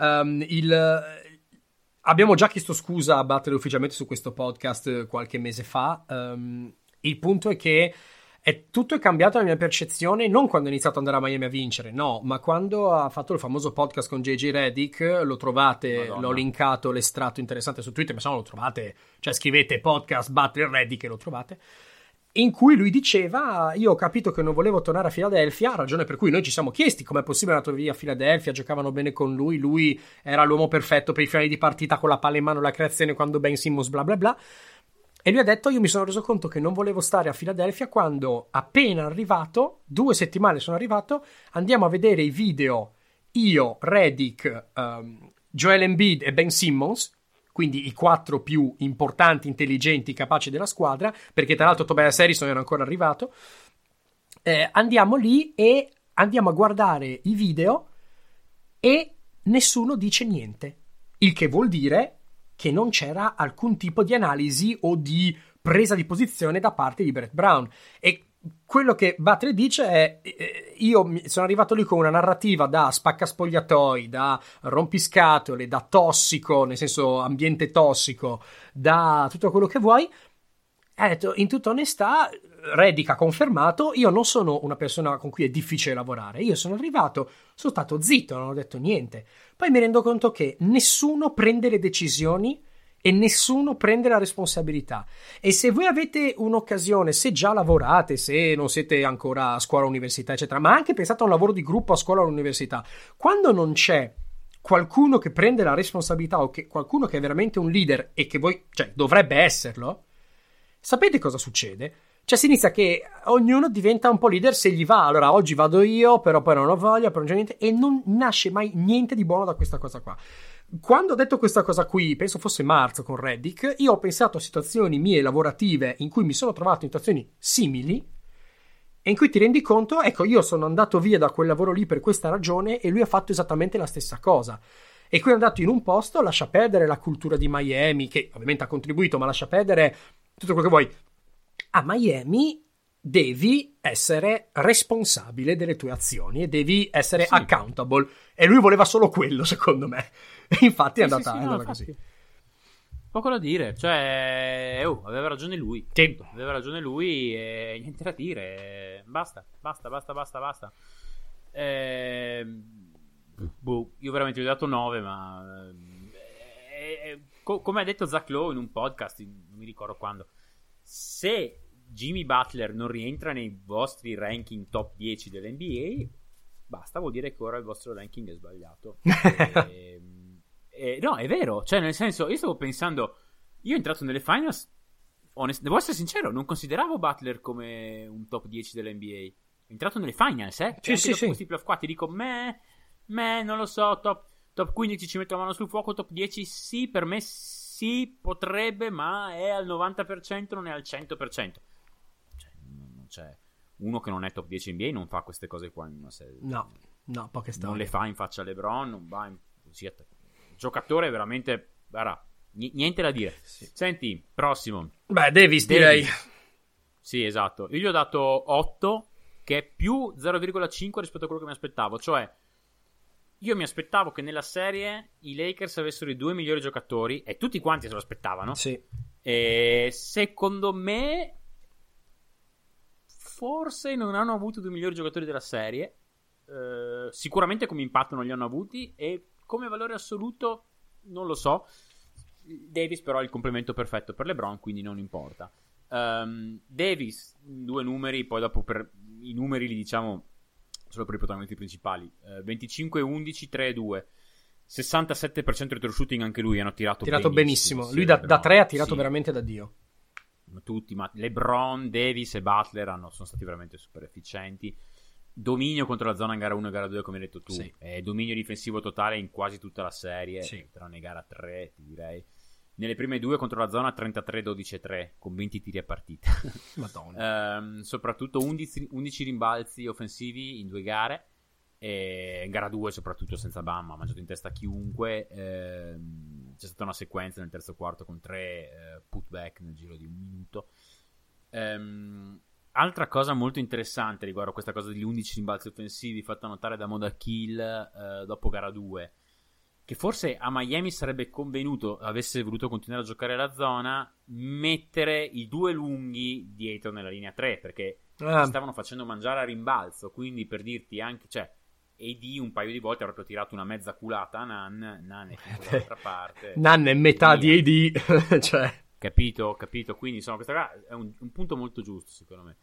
Abbiamo già chiesto scusa a Butler ufficialmente su questo podcast qualche mese fa. Il punto è che tutto è cambiato nella mia percezione non quando ho iniziato ad andare a Miami a vincere, no, ma quando ha fatto il famoso podcast con JJ Redick. Lo trovate, Madonna. L'ho linkato l'estratto interessante su Twitter, ma se no lo trovate, cioè scrivete podcast Butler Redick e lo trovate, in cui lui diceva: io ho capito che non volevo tornare a Philadelphia, ragione per cui noi ci siamo chiesti com'è possibile andato via a Philadelphia, giocavano bene con lui era l'uomo perfetto per i finali di partita con la palla in mano, la creazione quando Ben Simmons bla bla bla, e lui ha detto: io mi sono reso conto che non volevo stare a Philadelphia quando appena arrivato, 2 settimane sono arrivato, andiamo a vedere i video io, Redick, Joel Embiid e Ben Simmons, quindi i 4 più importanti, intelligenti, capaci della squadra, perché tra l'altro Tobias Harris non era ancora arrivato. Andiamo lì e andiamo a guardare i video e nessuno dice niente, il che vuol dire che non c'era alcun tipo di analisi o di presa di posizione da parte di Brett Brown. E quello che Butler dice è: io sono arrivato lì con una narrativa da spaccaspogliatoi, da rompiscatole, da tossico, nel senso ambiente tossico, da tutto quello che vuoi. Ha detto, in tutta onestà, Redick ha confermato: io non sono una persona con cui è difficile lavorare, io sono arrivato, sono stato zitto, non ho detto niente, poi mi rendo conto che nessuno prende le decisioni e nessuno prende la responsabilità. E se voi avete un'occasione, se già lavorate, se non siete ancora a scuola, università, eccetera, ma anche pensate a un lavoro di gruppo a scuola o all'università, quando non c'è qualcuno che prende la responsabilità o qualcuno che è veramente un leader e che voi, cioè, dovrebbe esserlo, sapete cosa succede? Cioè si inizia che ognuno diventa un po' leader se gli va. Allora oggi vado io, però poi non ho voglia, però non c'è niente, e non nasce mai niente di buono da questa cosa qua. Quando ho detto questa cosa qui, penso fosse marzo con Redick, io ho pensato a situazioni mie lavorative in cui mi sono trovato in situazioni simili e in cui ti rendi conto, ecco, io sono andato via da quel lavoro lì per questa ragione e lui ha fatto esattamente la stessa cosa. E qui è andato in un posto, lascia perdere la cultura di Miami, che ovviamente ha contribuito, ma lascia perdere tutto quello che vuoi. A Miami devi essere responsabile delle tue azioni e devi essere accountable. E lui voleva solo quello, secondo me. E infatti è andata così. Poco da dire, cioè, aveva ragione lui. Sì. Aveva ragione lui e niente da dire. Basta. Io veramente gli ho dato 9, ma come ha detto Zach Lowe in un podcast, non mi ricordo quando, se Jimmy Butler non rientra nei vostri ranking top 10 dell'NBA, basta, vuol dire che ora il vostro ranking è sbagliato. No, è vero, cioè nel senso, io stavo pensando, io ho entrato nelle finals, devo essere sincero, non consideravo Butler come un top 10 dell'NBA. È entrato nelle finals, Sì. Questi playoff qua ti dico, non lo so, top 15 ci metto la mano sul fuoco, top 10 sì, per me sì, potrebbe, ma è al 90%, non è al 100%. Cioè, non c'è uno che non è top 10 NBA, non fa queste cose qua in una serie. No, poche storie. Non le fa in faccia a LeBron, non va in... giocatore veramente, guarda, niente da dire. Sì. Senti, prossimo. Beh, Davis direi. Sì, esatto. Io gli ho dato 8, che è più 0,5 rispetto a quello che mi aspettavo. Cioè, io mi aspettavo che nella serie i Lakers avessero i 2 migliori giocatori, e tutti quanti se lo aspettavano. Sì. E secondo me forse non hanno avuto i 2 migliori giocatori della serie. Sicuramente come impatto non li hanno avuti, e come valore assoluto non lo so. Davis però è il complemento perfetto per LeBron, quindi non importa. Davis, 2 numeri, poi dopo per i numeri li diciamo solo per i protagonisti principali. 25-11, 3-2, 67% di true shooting, anche lui hanno tirato benissimo. Lui da 3 ha tirato veramente da Dio. Tutti, ma LeBron, Davis e Butler sono stati veramente super efficienti. Dominio contro la zona in gara 1 e gara 2, come hai detto tu. Sì. Dominio difensivo totale in quasi tutta la serie, sì, tranne gara 3, ti direi. Nelle prime 2 contro la zona 33-12-3 con 20 tiri a partita. Madonna. Soprattutto 11 rimbalzi offensivi in 2 gare, e in gara 2 soprattutto senza Bam ha mangiato in testa chiunque. C'è stata una sequenza nel terzo quarto con 3 putback nel giro di un minuto. Altra cosa molto interessante riguardo questa cosa degli 11 rimbalzi offensivi fatta notare da Moda Kill dopo gara 2, che forse a Miami sarebbe convenuto, avesse voluto continuare a giocare la zona, mettere i 2 lunghi dietro nella linea 3, perché stavano facendo mangiare a rimbalzo. Quindi, per dirti anche, cioè, AD un paio di volte ha proprio tirato una mezza culata a Nan è finito dall'altra parte. Nan è metà di AD, cioè. Capito? Quindi insomma, questa qua è un punto molto giusto, secondo me.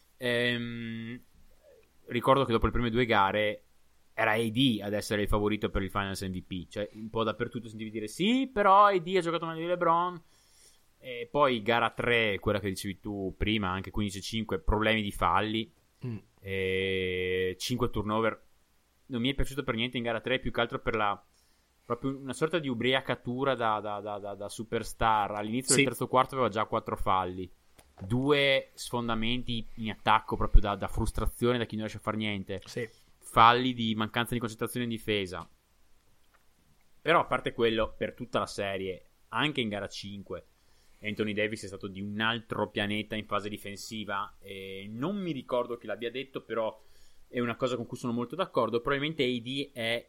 Ricordo che dopo le prime 2 gare era AD ad essere il favorito per il Finals MVP, cioè un po' dappertutto sentivi dire sì, però AD ha giocato meglio di LeBron. E poi gara 3, quella che dicevi tu prima, anche 15-5, problemi di falli, 5 turnover. Non mi è piaciuto per niente in gara 3, più che altro per proprio una sorta di ubriacatura da superstar. All'inizio del terzo quarto aveva già 4 falli, 2 sfondamenti in attacco proprio da frustrazione, da chi non riesce a fare niente, falli di mancanza di concentrazione in difesa. Però a parte quello, per tutta la serie, anche in gara 5 Anthony Davis è stato di un altro pianeta in fase difensiva, e non mi ricordo chi l'abbia detto, però è una cosa con cui sono molto d'accordo. Probabilmente AD è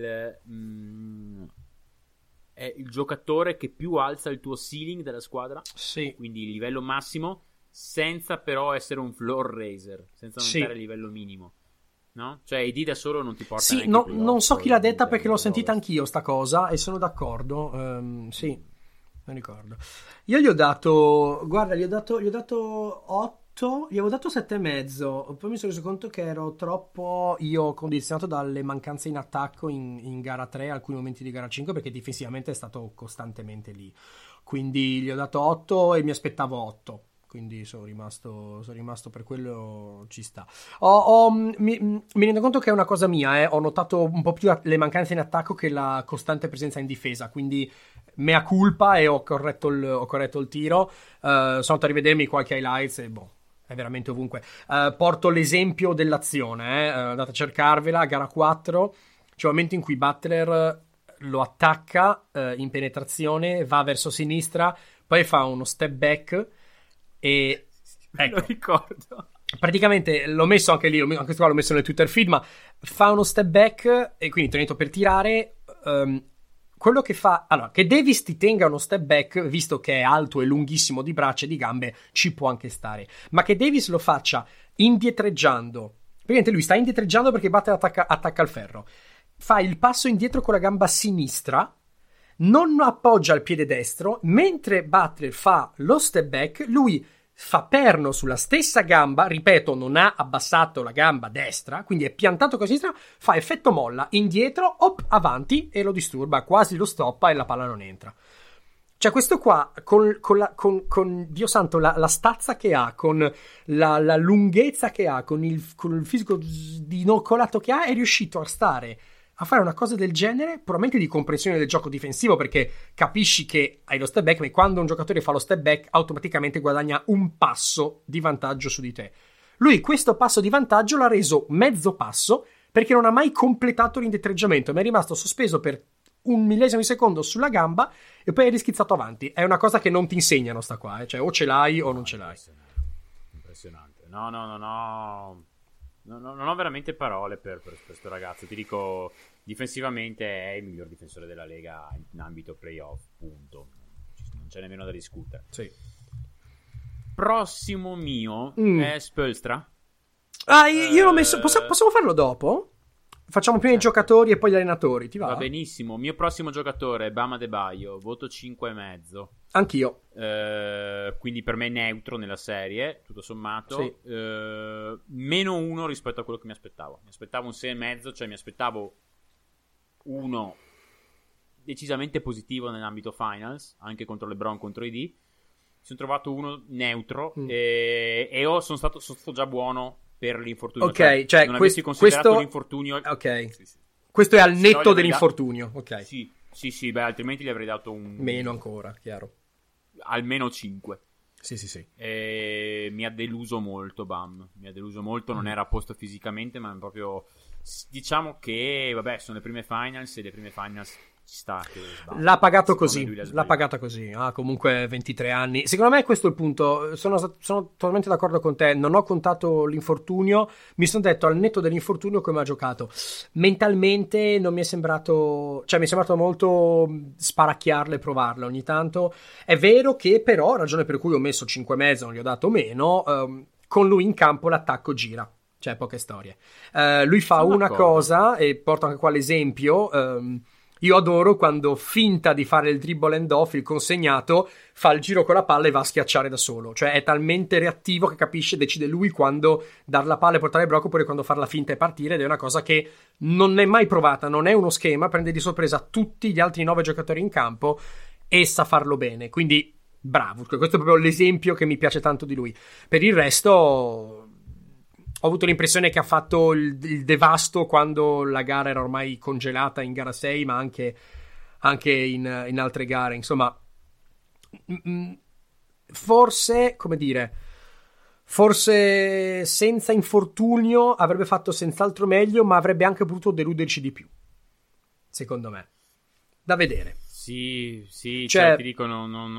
il giocatore che più alza il tuo ceiling della squadra, quindi il livello massimo, senza però essere un floor raiser, senza aumentare il livello minimo, no? Cioè AD da solo non ti porta non so chi l'ha detta, perché l'ho sentita anch'io sta cosa e sono d'accordo. Non ricordo. Io gli ho dato 8, gli avevo dato 7,5. Poi mi sono reso conto che ero troppo condizionato dalle mancanze in attacco in gara 3, alcuni momenti di gara 5, perché difensivamente è stato costantemente lì. Quindi gli ho dato 8 e mi aspettavo 8. Quindi sono rimasto per quello, ci sta. Mi rendo conto che è una cosa mia, ho notato un po' più le mancanze in attacco che la costante presenza in difesa, quindi mea culpa, e ho corretto il tiro. Sono andato a rivedermi qualche highlights e è veramente ovunque. Porto l'esempio dell'azione, andate a cercarvela. Gara 4 c'è un momento in cui Butler lo attacca in penetrazione, va verso sinistra, poi fa uno step back e lo ricordo. Praticamente l'ho messo anche lì, anche qua l'ho messo nel Twitter feed, ma fa uno step back e quindi tenuto per tirare, quello che fa, allora, che Davis ti tenga uno step back, visto che è alto e lunghissimo di braccia e di gambe, ci può anche stare, ma che Davis lo faccia indietreggiando, praticamente lui sta indietreggiando perché Butler attacca al ferro, fa il passo indietro con la gamba sinistra, non appoggia il piede destro, mentre Butler fa lo step back, lui fa perno sulla stessa gamba, ripeto, non ha abbassato la gamba destra, quindi è piantato con la sinistra, fa effetto molla, indietro, avanti, e lo disturba, quasi lo stoppa e la palla non entra. Cioè questo qua, con Dio santo, la stazza che ha, con la lunghezza che ha, con il fisico dinoccolato che ha, è riuscito a stare a fare una cosa del genere, puramente di comprensione del gioco difensivo, perché capisci che hai lo step back, ma quando un giocatore fa lo step back automaticamente guadagna un passo di vantaggio su di te. Lui questo passo di vantaggio l'ha reso mezzo passo, perché non ha mai completato l'indetreggiamento, ma è rimasto sospeso per un millesimo di secondo sulla gamba e poi è rischizzato avanti. È una cosa che non ti insegnano sta qua, cioè o ce l'hai o non ce l'hai. Impressionante. No. Non ho veramente parole per questo ragazzo. Ti dico, difensivamente è il miglior difensore della Lega in ambito playoff, punto. Non c'è nemmeno da discutere. Sì. Prossimo mio è Spoelstra. Io l'ho messo. Possiamo farlo dopo? Facciamo prima i giocatori e poi gli allenatori, ti va? Va benissimo. Mio prossimo giocatore è Bam Adebayo, voto 5,5. Anch'io. Quindi per me è neutro nella serie, tutto sommato. Sì. Meno 1 rispetto a quello che mi aspettavo. Mi aspettavo un 6,5, cioè mi aspettavo uno decisamente positivo nell'ambito finals, anche contro LeBron, contro AD. Mi sono trovato uno neutro e sono stato già buono per l'infortunio. Ok, cioè non avessi considerato l'infortunio. Ok. Sì. Questo è al netto dell'infortunio. Ok. Sì, beh, altrimenti gli avrei dato un meno ancora, chiaro. Almeno 5. Sì. Mi ha deluso molto Bam. Non era a posto fisicamente, ma proprio, diciamo che vabbè, sono le prime finals e le prime finals ci sta che l'ha pagato così. Ha comunque 23 anni. Secondo me questo è il punto. Sono totalmente d'accordo con te. Non ho contato l'infortunio. Mi sono detto al netto dell'infortunio come ha giocato. Mentalmente non mi è sembrato, cioè mi è sembrato molto sparacchiarle e provarle ogni tanto. È vero che però, ragione per cui ho messo 5,5, non gli ho dato meno, con lui in campo l'attacco gira. Cioè poche storie. Lui fa una cosa, e porto anche qua l'esempio. Io adoro quando finta di fare il dribble and off, il consegnato, fa il giro con la palla e va a schiacciare da solo. Cioè è talmente reattivo che capisce, decide lui quando dar la palla e portare il blocco, oppure quando far la finta e partire, ed è una cosa che non è mai provata, non è uno schema, prende di sorpresa tutti gli altri 9 giocatori in campo e sa farlo bene. Quindi bravo, questo è proprio l'esempio che mi piace tanto di lui. Per il resto ho avuto l'impressione che ha fatto il devasto quando la gara era ormai congelata in gara 6, ma anche in altre gare. Insomma, forse senza infortunio avrebbe fatto senz'altro meglio, ma avrebbe anche potuto deluderci di più, secondo me. Da vedere. Sì, cioè ti dico,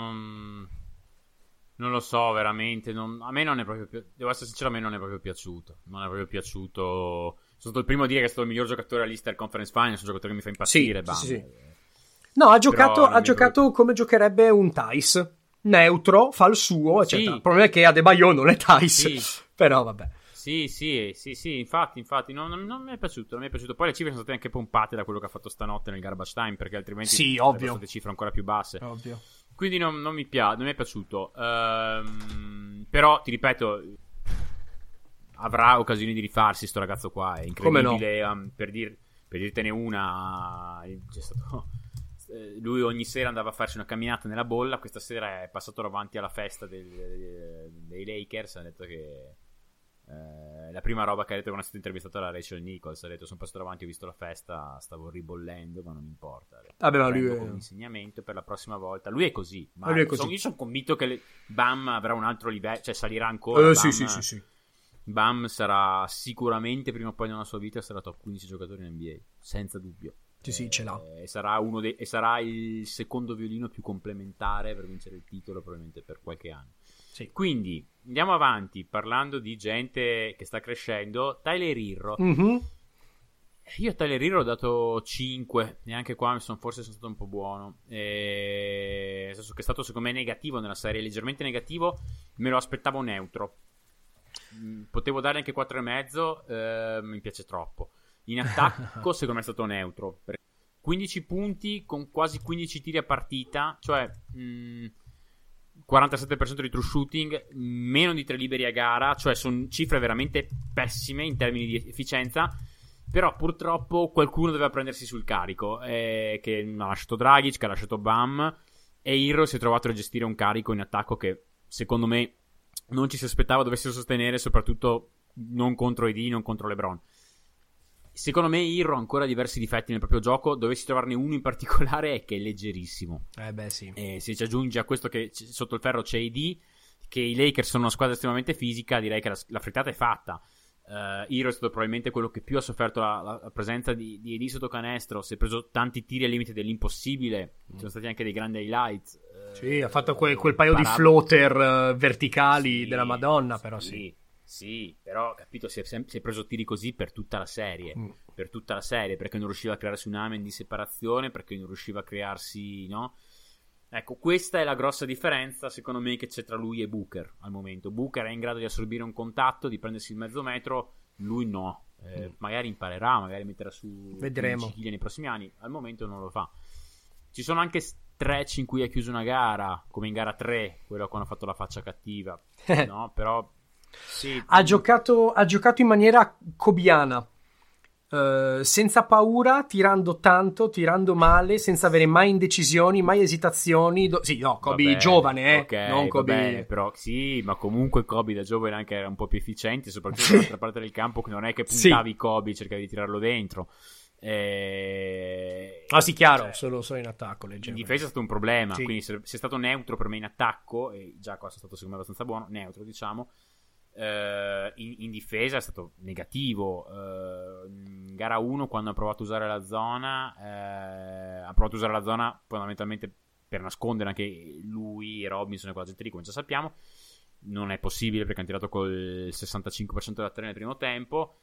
non lo so, veramente. A me non è proprio. Devo essere sincero, a me non è proprio piaciuto. Sono stato il primo a dire che è stato il miglior giocatore all'Easter Conference Finals. Un giocatore che mi fa impazzire. Sì. No, ha giocato come giocherebbe un Thais. Neutro, fa il suo, eccetera. Il problema è che Adebayo non è Thais. Però vabbè. Sì, infatti non mi è piaciuto. Poi le cifre sono state anche pompate da quello che ha fatto stanotte nel garbage time, perché altrimenti ovvio, state cifre ancora più basse. Ovvio. Quindi non mi è piaciuto. Però ti ripeto, avrà occasioni di rifarsi sto ragazzo qua. È incredibile. Come no? Per dirtene una, c'è stato lui ogni sera andava a farsi una camminata nella bolla. Questa sera è passato davanti alla festa dei Lakers. Ha detto che la prima roba che ha detto quando è stato intervistato era Rachel Nichols. Ha detto: sono passato davanti, ho visto la festa, stavo ribollendo, ma non importa. Vabbè, ma lui è un insegnamento per la prossima volta. Lui è così, ma io sono convinto che Bam avrà un altro livello, cioè salirà ancora. Sì. Bam sarà sicuramente prima o poi nella sua vita sarà top 15 giocatori in NBA, senza dubbio. Sì, ce l'ha. E sarà il secondo violino più complementare per vincere il titolo, probabilmente per qualche anno. Sì. Quindi andiamo avanti parlando di gente che sta crescendo. Tyler Herro. Io a Tyler Hero ho dato 5, e anche qua forse sono stato un po' buono, nel senso che è stato secondo me negativo nella serie, leggermente negativo, me lo aspettavo neutro, potevo dare anche 4,5, mi piace troppo. In attacco secondo me è stato neutro, 15 punti con quasi 15 tiri a partita, cioè 47% di true shooting, meno di 3 liberi a gara, cioè sono cifre veramente pessime in termini di efficienza. Però purtroppo qualcuno doveva prendersi sul carico, che ha lasciato Dragic, che ha lasciato Bam, e Hero si è trovato a gestire un carico in attacco che secondo me non ci si aspettava dovesse sostenere, soprattutto non contro AD, non contro LeBron. Secondo me Hero ha ancora diversi difetti nel proprio gioco, dovessi trovarne uno in particolare è che è leggerissimo. Beh sì. Se ci aggiunge a questo che sotto il ferro c'è AD, che i Lakers sono una squadra estremamente fisica, direi che la frittata è fatta. Hero è stato probabilmente quello che più ha sofferto la presenza di AD sotto canestro, si è preso tanti tiri al limite dell'impossibile, ci sono stati anche dei grandi highlights, sì, ha fatto quel paio di floater verticali, sì, della Madonna, però sì, però capito, si è preso tiri così per tutta la serie, perché non riusciva a crearsi un amen di separazione, perché non riusciva a crearsi, no? Ecco, questa è la grossa differenza secondo me che c'è tra lui e Booker al momento. Booker è in grado di assorbire un contatto, di prendersi il mezzo metro, lui no. Magari imparerà, magari metterà su ciglia nei prossimi anni, al momento non lo fa. Ci sono anche stretch in cui ha chiuso una gara, come in gara 3, quello quando ha fatto la faccia cattiva, no? Però sì. ha giocato in maniera cobiana. Senza paura, tirando tanto, tirando male, senza avere mai indecisioni, mai esitazioni. Kobe vabbè, giovane, okay, non Kobe. Vabbè, però sì, ma comunque Kobe da giovane anche era un po' più efficiente, soprattutto dall'altra parte del campo, che non è che puntavi Kobe, cercavi di tirarlo dentro. Sì, chiaro, solo in attacco. In difesa è stato un problema, quindi se è stato neutro per me in attacco, e già qua è stato secondo me abbastanza buono, neutro diciamo. In difesa è stato negativo. In gara 1 quando ha provato a usare la zona fondamentalmente per nascondere anche lui e Robinson e quella gente lì, come già sappiamo. Non è possibile perché hanno tirato col 65% da 3 nel primo tempo.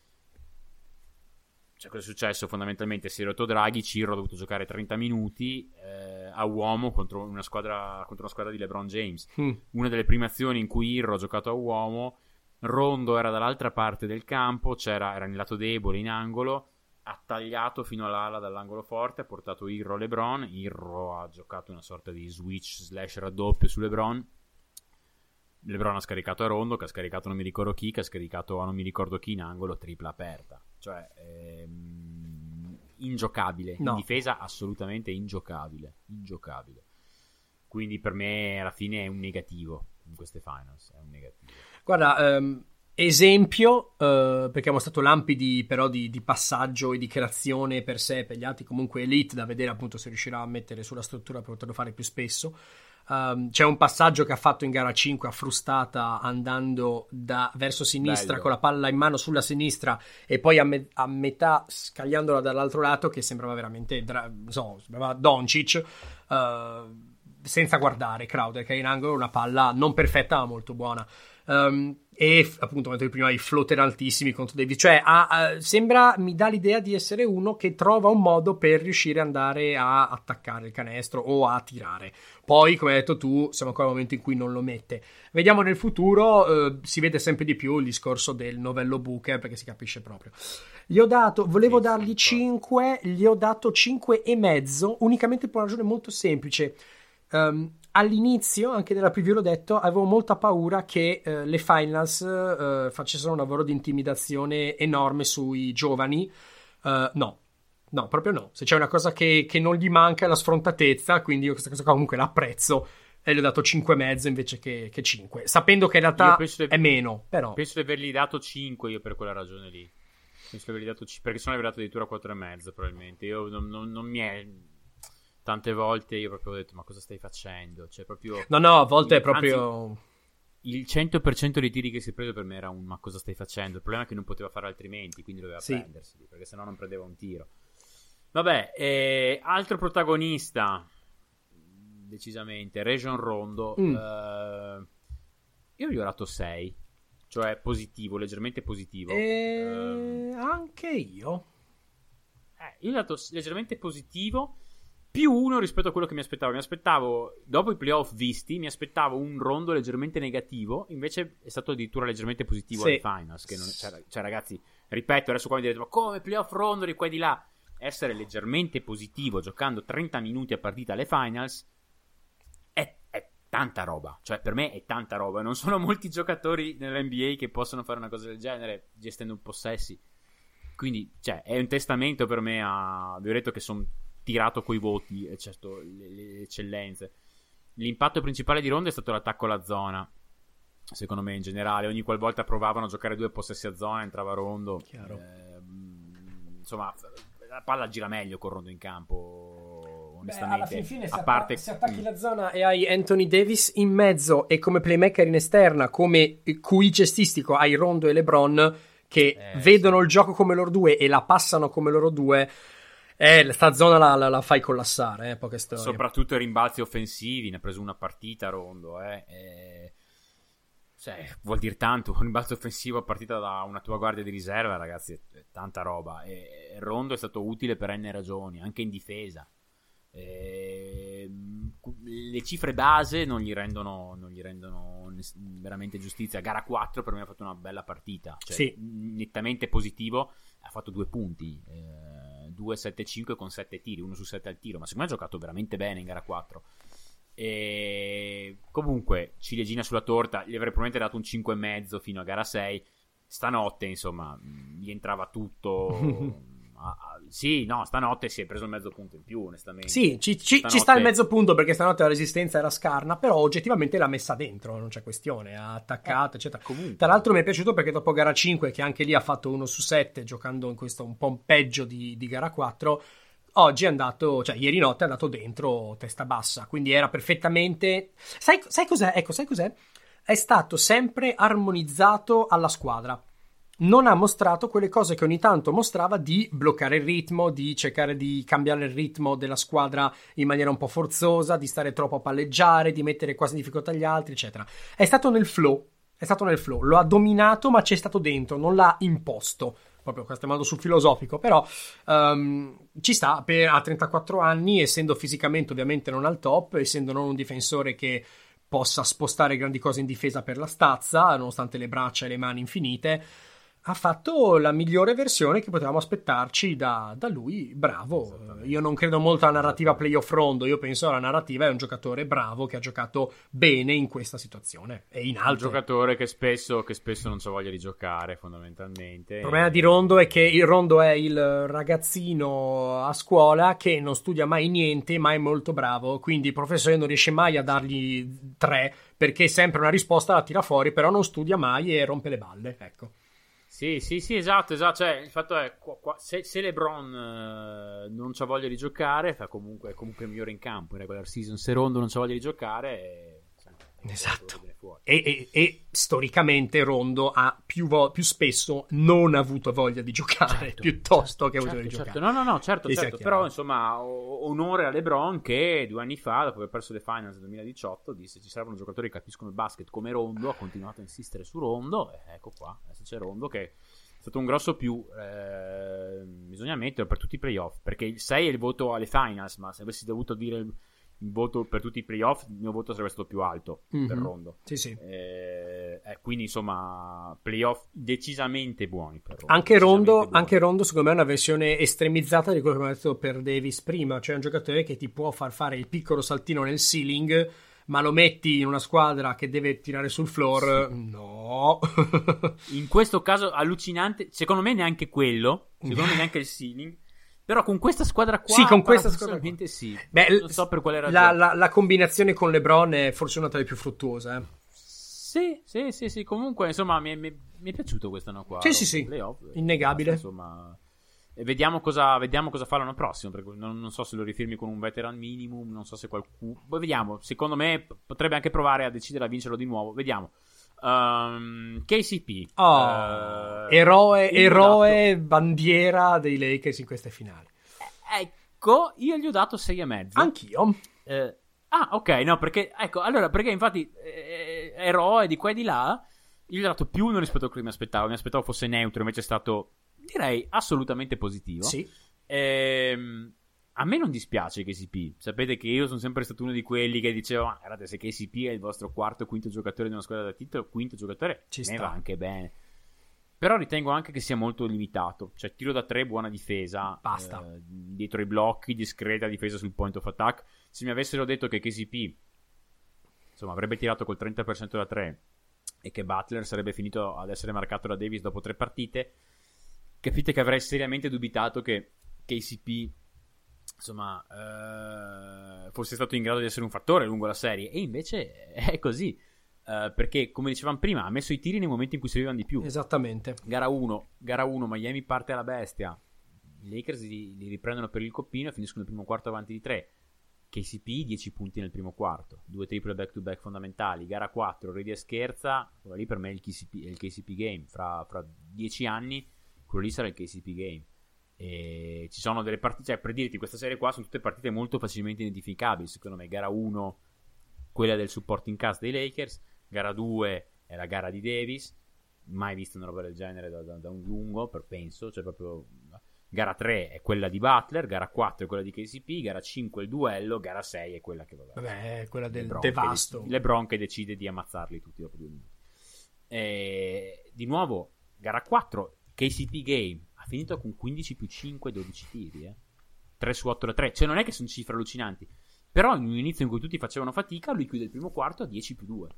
Cioè, cosa è successo? Fondamentalmente si è rotto Draghi, Ciro ha dovuto giocare 30 minuti a uomo contro una squadra di LeBron James. Una delle prime azioni in cui Hero ha giocato a uomo, Rondo era dall'altra parte del campo, era nel lato debole in angolo, ha tagliato fino all'ala dall'angolo forte, ha portato Hero a LeBron. Hero ha giocato una sorta di switch / raddoppio su LeBron ha scaricato a Rondo, che ha scaricato non mi ricordo chi, che ha scaricato a non mi ricordo chi in angolo, tripla aperta, cioè ingiocabile, no. In difesa assolutamente ingiocabile, quindi per me alla fine è un negativo in queste finals, è un negativo. Guarda, esempio, perché abbiamo stato lampi però di passaggio e di creazione per sé e per gli altri, comunque elite, da vedere appunto se riuscirà a mettere sulla struttura per poterlo fare più spesso. C'è un passaggio che ha fatto in gara 5 a frustata, andando verso sinistra, bello, con la palla in mano sulla sinistra e poi a metà scagliandola dall'altro lato, che sembrava veramente sembrava Doncic, senza guardare Crowder, che è in angolo, una palla non perfetta ma molto buona. E appunto mentre prima i floater altissimi contro Davis, cioè mi dà l'idea di essere uno che trova un modo per riuscire ad andare a attaccare il canestro o a tirare. Poi, come hai detto tu, siamo ancora al momento in cui non lo mette. Vediamo nel futuro, si vede sempre di più il discorso del novello Booker, perché si capisce proprio. Volevo dargli 5, gli ho dato 5,5, unicamente per una ragione molto semplice. All'inizio, anche nella preview l'ho detto, avevo molta paura che le finals facessero un lavoro di intimidazione enorme sui giovani. No, proprio no. Se c'è una cosa che non gli manca è la sfrontatezza, quindi io questa cosa comunque l'apprezzo e gli ho dato 5,5 invece che 5, sapendo che in realtà è meno, però. Penso di avergli dato 5 io per quella ragione lì. Penso di avergli dato perché se no avrei dato addirittura 4,5 probabilmente. Io non mi è... Tante volte io proprio ho detto, ma cosa stai facendo? Cioè proprio... No, a volte è proprio... Anzi, il 100% dei tiri che si è preso per me era ma cosa stai facendo? Il problema è che non poteva fare altrimenti, quindi doveva prendersi, perché sennò non prendeva un tiro. Vabbè, altro protagonista, decisamente, Rajon Rondo. Io gli ho dato 6, cioè positivo, leggermente positivo. Anche io. io ho dato leggermente positivo, più 1 rispetto a quello che mi aspettavo. Mi aspettavo, dopo i playoff visti, mi aspettavo un Rondo leggermente negativo, invece è stato addirittura leggermente positivo ai finals. Che non, cioè, ragazzi, ripeto, adesso qua mi direte, ma come playoff Rondo di qua e di là? Essere leggermente positivo giocando 30 minuti a partita alle finals è tanta roba. Cioè, per me è tanta roba. Non sono molti giocatori nell'NBA che possono fare una cosa del genere, gestendo un possessi. Quindi, cioè, è un testamento per me vi ho detto che sono tirato coi voti, e certo le eccellenze. L'impatto principale di Rondo è stato l'attacco alla zona, secondo me in generale. Ogni qualvolta provavano a giocare 2 possessi a zona entrava Rondo. Insomma, la palla gira meglio con Rondo in campo, onestamente. Alla fine se attacchi la zona e hai Anthony Davis in mezzo e come playmaker in esterna, come QI cestistico hai Rondo e LeBron che vedono il gioco come loro due e la passano come loro due, sta zona la fai collassare, poche storie. Soprattutto i rimbalzi offensivi, ne ha preso una partita Rondo, cioè, vuol dire tanto. Un rimbalzo offensivo a partita da una tua guardia di riserva, ragazzi, è tanta roba. E Rondo è stato utile per N ragioni, anche in difesa. Le cifre base non gli rendono veramente giustizia. Gara 4 per me ha fatto una bella partita, cioè, sì, nettamente positivo. Ha fatto 2 punti, 2-7-5 con 7 tiri, 1 su 7 al tiro, ma secondo me ha giocato veramente bene in gara 4. E comunque ciliegina sulla torta, gli avrei probabilmente dato un 5,5 fino a gara 6. Stanotte insomma gli entrava tutto. Sì, no, stanotte si è preso il mezzo punto in più, onestamente. Sì, ci sta il mezzo punto, perché stanotte la resistenza era scarna, però oggettivamente l'ha messa dentro, non c'è questione, ha attaccato, eccetera. Comunque. Tra l'altro mi è piaciuto perché dopo gara 5, che anche lì ha fatto 1 su 7, giocando in questo un po' peggio di gara 4, oggi è andato, cioè ieri notte è andato dentro testa bassa, quindi era perfettamente... Sai cos'è? Ecco, sai cos'è? È stato sempre armonizzato alla squadra. Non ha mostrato quelle cose che ogni tanto mostrava, di bloccare il ritmo, di cercare di cambiare il ritmo della squadra in maniera un po' forzosa, di stare troppo a palleggiare, di mettere quasi in difficoltà gli altri, eccetera. È stato nel flow, lo ha dominato, ma c'è stato dentro, non l'ha imposto. Proprio questo è modo sul filosofico, però ci sta, a 34 anni, essendo fisicamente ovviamente non al top, essendo non un difensore che possa spostare grandi cose in difesa per la stazza, nonostante le braccia e le mani infinite, ha fatto la migliore versione che potevamo aspettarci da lui. Bravo. Io non credo molto alla narrativa playoff Rondo, io penso alla narrativa è un giocatore bravo che ha giocato bene in questa situazione e in altre. Un giocatore che spesso non c'ha voglia di giocare, fondamentalmente. Il problema di Rondo è che il Rondo è il ragazzino a scuola che non studia mai niente, ma è molto bravo, quindi il professore non riesce mai a dargli 3, perché sempre una risposta la tira fuori, però non studia mai e rompe le balle, ecco. Sì, esatto. Cioè, il fatto è, se LeBron non c'ha voglia di giocare, è comunque migliore in campo in regular season. Se Rondo non c'ha voglia di giocare, esatto. E storicamente Rondo ha più spesso non avuto voglia di giocare, piuttosto che avuto voglia di giocare. No, certo. Però insomma, onore a LeBron, che 2 anni fa, dopo aver perso le finals del 2018, disse: ci servono giocatori che capiscono il basket come Rondo. Ha continuato a insistere su Rondo, e ecco qua, adesso c'è Rondo, che è stato un grosso più. Bisogna metterlo per tutti i playoff, perché il 6 è il voto alle finals, ma se avessi dovuto dire il voto per tutti i playoff, il mio voto sarebbe stato più alto per Rondo. Sì. Quindi insomma, playoff decisamente buoni per Rondo. Anche Rondo secondo me è una versione estremizzata di quello che abbiamo detto per Davis prima, cioè un giocatore che ti può far fare il piccolo saltino nel ceiling, ma lo metti in una squadra che deve tirare sul floor, sì. No. In questo caso allucinante, secondo me neanche quello, secondo me neanche il ceiling. Però con questa squadra qua, sì, con questa squadra sì. Beh, non so per quale ragione. La combinazione con LeBron è forse una tra le più fruttuose. Sì. Comunque, insomma, mi è piaciuto quest'anno qua. Sì. Innegabile. Insomma, e vediamo cosa fa l'anno prossimo. Perché non so se lo rifirmi con un veteran minimum. Non so se qualcuno. Poi vediamo. Secondo me potrebbe anche provare a decidere a vincerlo di nuovo. Vediamo. KCP, eroe bandiera dei Lakers in queste finali. Ecco, io gli ho dato 6,5. Anch'io. Ok, no, perché perché infatti eroe di qua e di là, io gli ho dato più 1 rispetto a quello che mi aspettavo fosse neutro, invece è stato, direi, assolutamente positivo. Sì. A me non dispiace KCP. Sapete che io sono sempre stato uno di quelli che diceva: ma guardate, se KCP è il vostro quarto o quinto giocatore di una squadra da titolo, quinto giocatore ci ne sta va anche bene. Però ritengo anche che sia molto limitato. Cioè, tiro da 3, buona difesa, basta, dietro i blocchi, discreta difesa sul point of attack. Se mi avessero detto che KCP insomma avrebbe tirato col 30% da 3 e che Butler sarebbe finito ad essere marcato da Davis dopo 3 partite, capite che avrei seriamente dubitato che KCP insomma fosse stato in grado di essere un fattore lungo la serie, e invece è così, perché come dicevamo prima ha messo i tiri nei momenti in cui servivano di più. Esattamente. Gara 1 Miami parte alla bestia, i Lakers li riprendono per il coppino e finiscono il primo quarto avanti di 3. KCP 10 punti nel primo quarto, 2 triple back to back fondamentali. Gara 4 ridi e scherza, quello lì per me è il KCP game. Fra 10 anni quello lì sarà il KCP game. E ci sono delle partite, cioè, per dirti, questa serie qua sono tutte partite molto facilmente identificabili secondo me. Gara 1 quella del supporting cast dei Lakers, gara 2 è la gara di Davis, mai visto una roba del genere da un lungo, penso, cioè proprio. Gara 3 è quella di Butler, gara 4 è quella di KCP, gara 5 è il duello, gara 6 è quella che è quella del LeBron devasto. LeBron che decide di ammazzarli tutti dopo 2 minuti. Di nuovo, gara 4, KCP game, ha finito con 15 più 5, 12 tiri, 3 su 8 da 3, cioè non è che sono cifre allucinanti, però in un inizio in cui tutti facevano fatica, lui chiude il primo quarto a 10 più 2.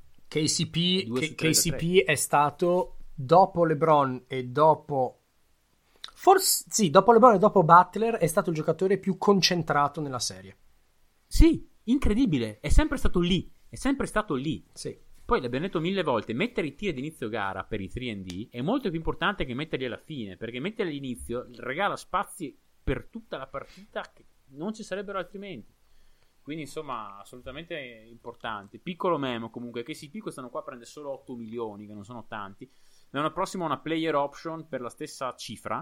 KCP è stato dopo LeBron e dopo... Forse sì, dopo LeBron e dopo Butler è stato il giocatore più concentrato nella serie. Sì, incredibile, è sempre stato lì. Sì. Poi l'abbiamo detto 1000 volte, mettere i tiri ad inizio gara per i 3&D è molto più importante che metterli alla fine, perché metterli all'inizio regala spazi per tutta la partita che non ci sarebbero altrimenti. Quindi insomma assolutamente importante. Piccolo memo comunque, che KCP quest'anno qua prende solo 8 milioni, che non sono tanti. L'anno prossimo una player option per la stessa cifra.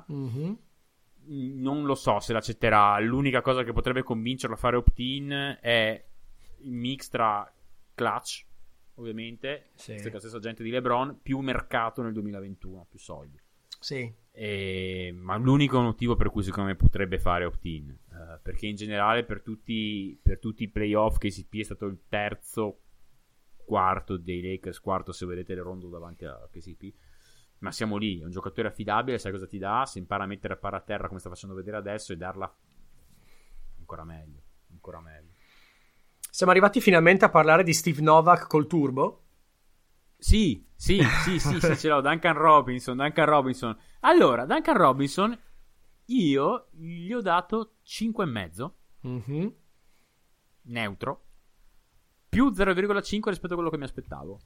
Non lo so se l'accetterà. L'unica cosa che potrebbe convincerlo a fare opt-in è il mix tra clutch, ovviamente, la stessa gente di LeBron, più mercato nel 2021, più soldi. Sì. Ma l'unico motivo per cui secondo me potrebbe fare opt-in, perché in generale per tutti i playoff KCP è stato il terzo quarto dei Lakers, quarto se vedete le rondo davanti a KCP, ma siamo lì, è un giocatore affidabile, sai cosa ti dà, se impara a mettere a palla a terra come sta facendo vedere adesso e darla ancora meglio. Siamo arrivati finalmente a parlare di Steve Novak col turbo? Sì, ce l'ho. Duncan Robinson. Allora, Duncan Robinson io gli ho dato 5,5 neutro, più 0,5 rispetto a quello che mi aspettavo.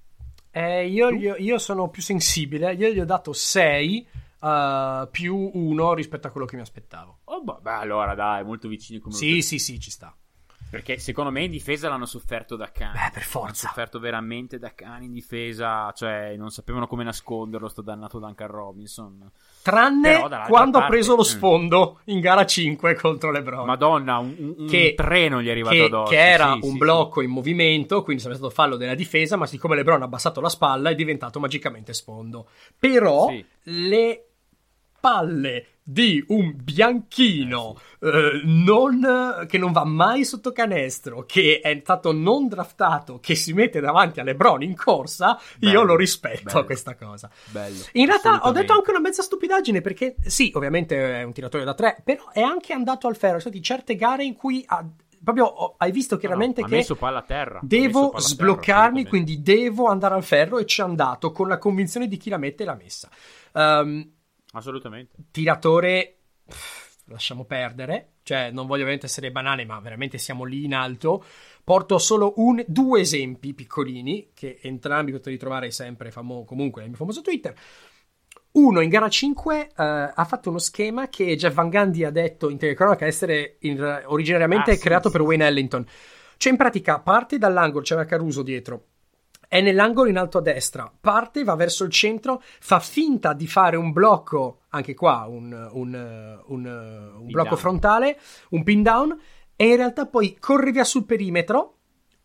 Io sono più sensibile, io gli ho dato 6 più 1 rispetto a quello che mi aspettavo. Beh, allora dai, molto vicini come sì, ci sta. Perché secondo me in difesa l'hanno sofferto da cani. Per forza. L'hanno sofferto veramente da cani in difesa. Cioè, non sapevano come nasconderlo, sto dannato Duncan Robinson. Tranne quando ha preso lo sfondo in gara 5 contro LeBron. Madonna, un treno gli è arrivato addosso. Che era un blocco in movimento, quindi sarebbe stato fallo della difesa, ma siccome LeBron ha abbassato la spalla è diventato magicamente sfondo. Però le palle di un bianchino che non va mai sotto canestro, che è stato non draftato, che si mette davanti a LeBron in corsa, io lo rispetto a questa cosa. Bello, in realtà ho detto anche una mezza stupidaggine, perché sì, ovviamente è un tiratore da 3, però è anche andato al ferro. Sono state certe gare in cui proprio hai visto chiaramente che messo palla a terra, devo sbloccarmi, quindi devo andare al ferro, e ci è andato con la convinzione di chi la mette e l'ha messa. Assolutamente. Tiratore, lasciamo perdere, cioè non voglio veramente essere banale, ma veramente siamo lì in alto. Porto solo 2 esempi piccolini che entrambi potete ritrovare sempre comunque nel mio famoso Twitter. Uno, in gara 5 ha fatto uno schema che Jeff Van Gundy ha detto in telecronaca essere originariamente creato per Wayne Ellington. Cioè in pratica parte dall'angolo, c'era Caruso dietro, è nell'angolo in alto a destra, parte, va verso il centro, fa finta di fare un blocco, anche qua un blocco frontale, un pin down, e in realtà poi corre via sul perimetro,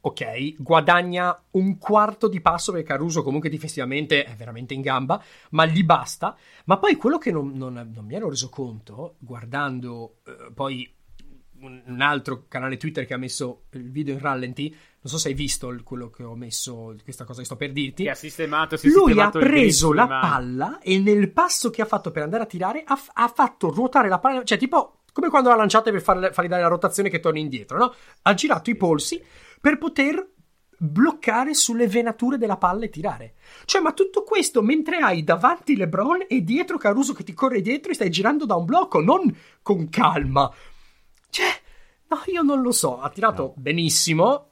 ok, guadagna un quarto di passo perché Caruso comunque difensivamente è veramente in gamba, ma gli basta. Ma poi quello che non mi ero reso conto, guardando poi un altro canale Twitter che ha messo il video in rallenti, non so se hai visto quello che ho messo, questa cosa che sto per dirti, che ha sistemato lui ha preso la palla e nel passo che ha fatto per andare a tirare ha fatto ruotare la palla, cioè tipo come quando la lanciate per fargli dare la rotazione che torni indietro, no? Ha girato i polsi per poter bloccare sulle venature della palla e tirare. Cioè, ma tutto questo mentre hai davanti LeBron e dietro Caruso che ti corre dietro e stai girando da un blocco, non con calma. Cioè, no, io non lo so. Ha tirato benissimo.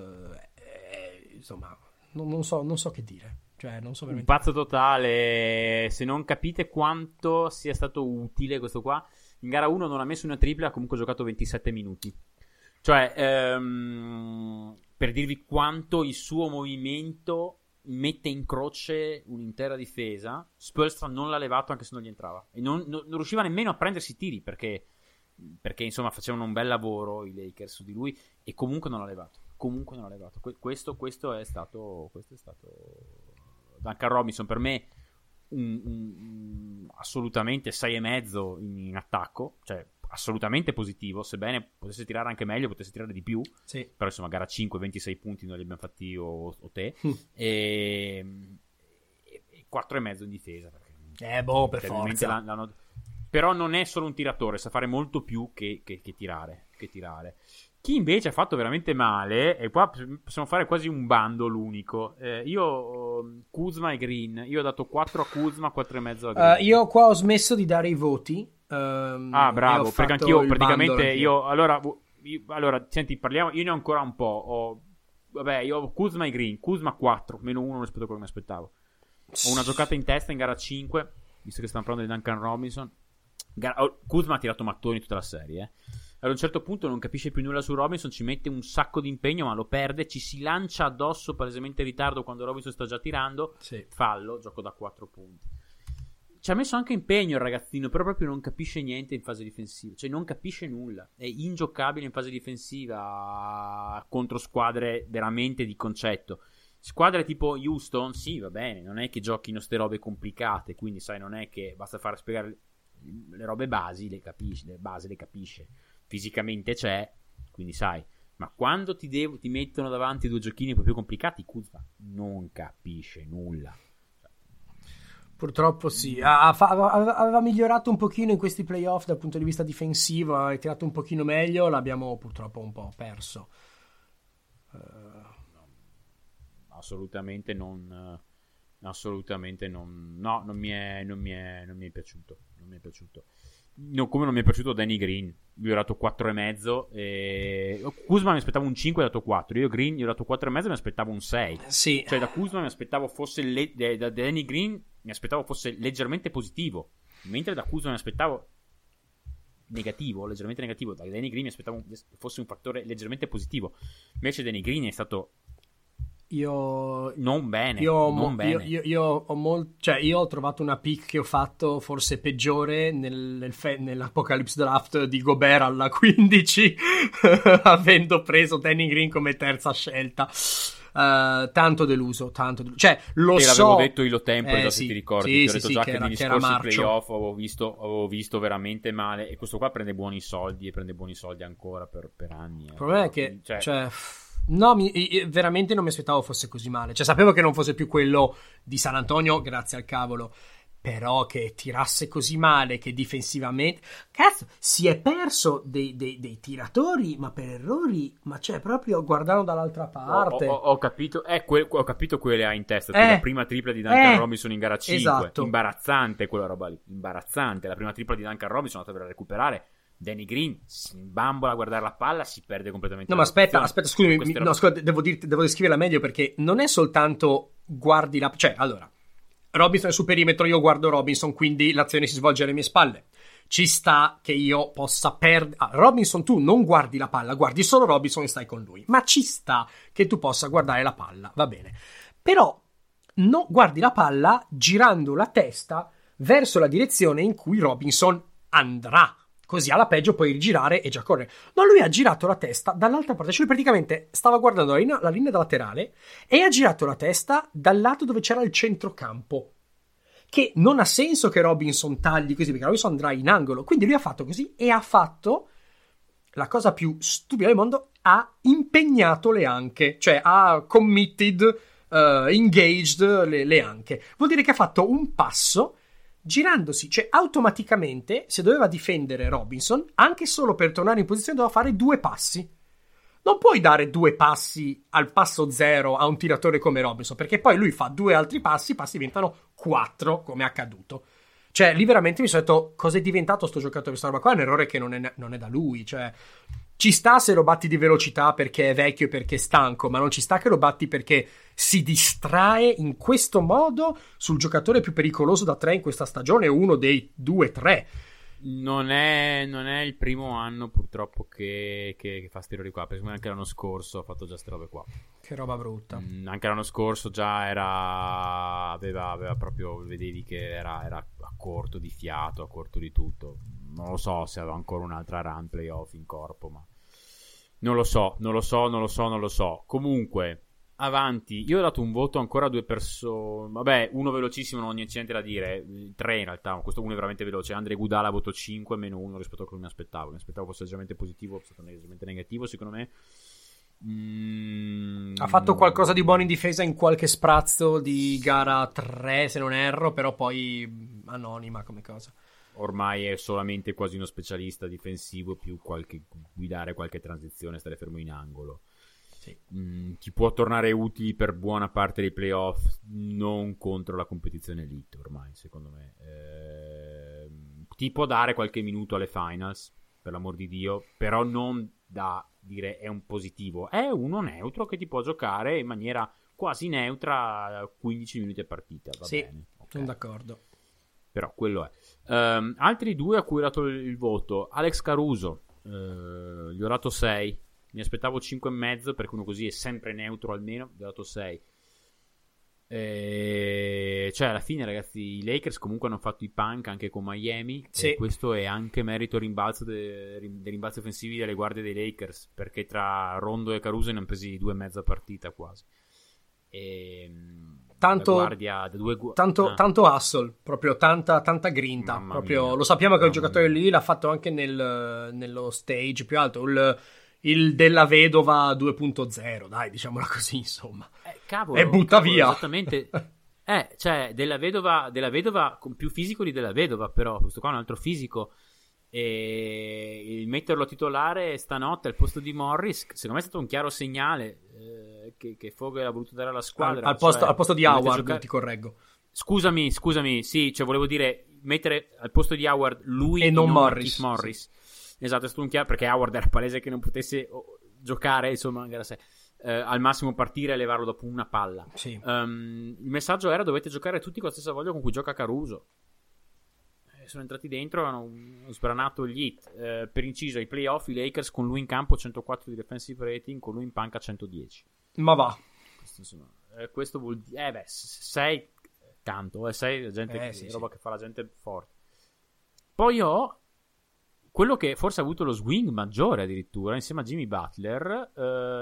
Insomma, non so che dire. Cioè, non so veramente. Un pazzo totale. Se non capite quanto sia stato utile questo qua, in gara 1 non ha messo una tripla, ha comunque giocato 27 minuti. Cioè, per dirvi quanto il suo movimento mette in croce un'intera difesa, Spoelstra non l'ha levato anche se non gli entrava. E non riusciva nemmeno a prendersi i tiri perché insomma facevano un bel lavoro i Lakers su di lui e comunque non l'ha levato. Questo è stato Duncan Robinson per me assolutamente 6,5 in attacco, cioè assolutamente positivo, sebbene potesse tirare anche meglio, potesse tirare di più, sì. Però insomma gara 5, 26 punti noi li abbiamo fatti io o te, e 4,5 in difesa perché per forza però non è solo un tiratore, sa fare molto più che tirare. Chi invece ha fatto veramente male, e qua possiamo fare quasi un bando l'unico, io Kuzma e Green, io ho dato 4 a Kuzma, 4,5 a Green. Io qua ho smesso di dare i voti. Bravo, perché anch'io praticamente allora senti, parliamo, io ne ho ancora un po', io ho Kuzma e Green, Kuzma 4, meno 1 rispetto a quello che mi aspettavo. Ho una giocata in testa in gara 5, visto che stiamo parlando di Duncan Robinson. Kuzma ha tirato mattoni tutta la serie, Ad un certo punto non capisce più nulla su Robinson, ci mette un sacco di impegno ma lo perde, ci si lancia addosso palesemente in ritardo quando Robinson sta già tirando, sì. Fallo, gioco da 4 punti. Ci ha messo anche impegno il ragazzino, però proprio non capisce niente in fase difensiva, cioè non capisce nulla, è ingiocabile in fase difensiva contro squadre veramente di concetto. Squadre tipo Houston, sì, va bene, non è che giochino ste robe complicate, quindi sai, non è che basta fare spiegare le robe basi, le capisce, fisicamente c'è, quindi sai, ma quando ti mettono davanti due giochini un po' più complicati, Kuzma non capisce nulla. Purtroppo sì, aveva migliorato un pochino in questi playoff dal punto di vista difensivo, ha tirato un pochino meglio, l'abbiamo purtroppo un po' perso. Assolutamente non, no, non mi è piaciuto, no, come non mi è piaciuto Danny Green. Io ho dato 4,5 Kuzma mi aspettavo un 5 e ho dato 4, io Green gli ho dato 4,5 e mi aspettavo un 6, sì. Cioè da Kuzma mi aspettavo fosse da Danny Green mi aspettavo fosse leggermente positivo, mentre da Kuzma mi aspettavo leggermente negativo, da Danny Green mi aspettavo fosse un fattore leggermente positivo, invece Danny Green è stato non bene. Io ho trovato una pick che ho fatto forse peggiore nell'Apocalypse Draft di Gobert alla 15 avendo preso Danny Green come terza scelta. Tanto deluso. Cioè, l'avevo detto io tempo, sì, se ti ricordi, sì, ti ho detto sì, già che negli scorsi playoff avevo visto veramente male, e questo qua prende buoni soldi e prende buoni soldi ancora per anni. Il problema è che no, veramente non mi aspettavo fosse così male. Cioè, sapevo che non fosse più quello di San Antonio, grazie al cavolo. Però che tirasse così male, che difensivamente... Cazzo, si è perso dei tiratori, ma per errori... Ma cioè, proprio guardando dall'altra parte... Ho capito, ho capito quello ha in testa. La prima tripla di Duncan Robinson in gara 5. Esatto. Imbarazzante quella roba lì. Imbarazzante. La prima tripla di Duncan Robinson, andata per recuperare... Danny Green si imbambola a guardare la palla, si perde completamente. No, ma aspetta, scusami, devo descriverla meglio, perché non è soltanto guardi la... Cioè, allora, Robinson è sul perimetro, io guardo Robinson, quindi l'azione si svolge alle mie spalle. Ci sta che io possa perdere... Robinson, tu non guardi la palla, guardi solo Robinson e stai con lui. Ma ci sta che tu possa guardare la palla, va bene. Però no, guardi la palla girando la testa verso la direzione in cui Robinson andrà così alla peggio puoi rigirare e già correre. No, lui ha girato la testa dall'altra parte, cioè lui praticamente stava guardando la linea laterale e ha girato la testa dal lato dove c'era il centrocampo, che non ha senso che Robinson tagli così, perché Robinson andrà in angolo, quindi lui ha fatto così e ha fatto la cosa più stupida del mondo, ha impegnato le anche, cioè ha committed, engaged le anche. Vuol dire che ha fatto un passo girandosi, cioè automaticamente, se doveva difendere Robinson, anche solo per tornare in posizione doveva fare 2 passi. Non puoi dare 2 passi al passo 0 a un tiratore come Robinson, perché poi lui fa 2 altri passi, i passi diventano 4, come è accaduto. Cioè, lì veramente mi sono detto, cosa è diventato sto giocatore? Questa roba qua è un errore che non è da lui, cioè ci sta se lo batti di velocità perché è vecchio e perché è stanco, ma non ci sta che lo batti perché si distrae in questo modo sul giocatore più pericoloso da 3 in questa stagione, uno dei 2-3. Non è il primo anno purtroppo che fa sti errori qua, perché anche l'anno scorso ha fatto già ste robe qua. Che roba brutta. Anche l'anno scorso già aveva proprio, vedevi che era a corto di fiato, a corto di tutto. Non lo so se aveva ancora un'altra run playoff in corpo, ma non lo so. Comunque, avanti, io ho dato un voto ancora a 2 persone. Vabbè, uno velocissimo, non ho niente da dire. 3 in realtà, questo uno è veramente veloce. Andre Iguodala voto 5 meno 1 rispetto a quello che mi aspettavo. Mi aspettavo fosse leggermente positivo, è stato leggermente negativo secondo me. Ha fatto qualcosa di buono in difesa in qualche sprazzo di gara 3 se non erro, però poi anonima come cosa. Ormai è solamente quasi uno specialista difensivo, più guidare qualche transizione, stare fermo in angolo. Sì. Ti può tornare utili per buona parte dei playoff, non contro la competizione elite ormai, secondo me. Ti può dare qualche minuto alle finals, per l'amor di Dio, però non da dire è un positivo, è uno neutro che ti può giocare in maniera quasi neutra 15 minuti a partita, va bene. Okay. Sono d'accordo. Però quello è. Altri 2 a cui ho dato il voto: Alex Caruso, gli ho dato 6. Mi aspettavo 5,5 perché uno così è sempre neutro almeno. Gli ho dato 6. Cioè alla fine ragazzi i Lakers comunque hanno fatto i punk anche con Miami, sì. E questo è anche merito dei rimbalzi offensivi delle guardie dei Lakers, perché tra Rondo e Caruso ne hanno presi 2,5 a partita quasi. Tanto hustle, proprio tanta grinta, proprio, lo sappiamo che il giocatore lì l'ha fatto anche nello stage più alto, il della vedova 2.0, dai, diciamola così, insomma. Cavolo, e butta via. Esattamente. Cioè, della vedova con più fisico di della vedova, però questo qua è un altro fisico. E il metterlo titolare stanotte al posto di Morris, secondo me è stato un chiaro segnale che Vogel ha voluto dare alla squadra. Al posto di Howard, ti correggo. Scusami, sì, cioè volevo dire mettere al posto di Howard lui e non Morris. Sì. Esatto, è stato un chiaro, perché Howard era palese che non potesse giocare, insomma, in gara 6. Al massimo partire e levarlo dopo una palla. Sì. Il messaggio era: dovete giocare tutti con la stessa voglia con cui gioca Caruso. Sono entrati dentro, hanno sbranato gli hit. Per inciso, ai playoff i Lakers con lui in campo 104 di defensive rating, con lui in panca 110. Ma va. Questo vuol dire 6 tanto, 6 gente sì, roba che fa la gente forte. Poi ho quello che forse ha avuto lo swing maggiore addirittura insieme a Jimmy Butler,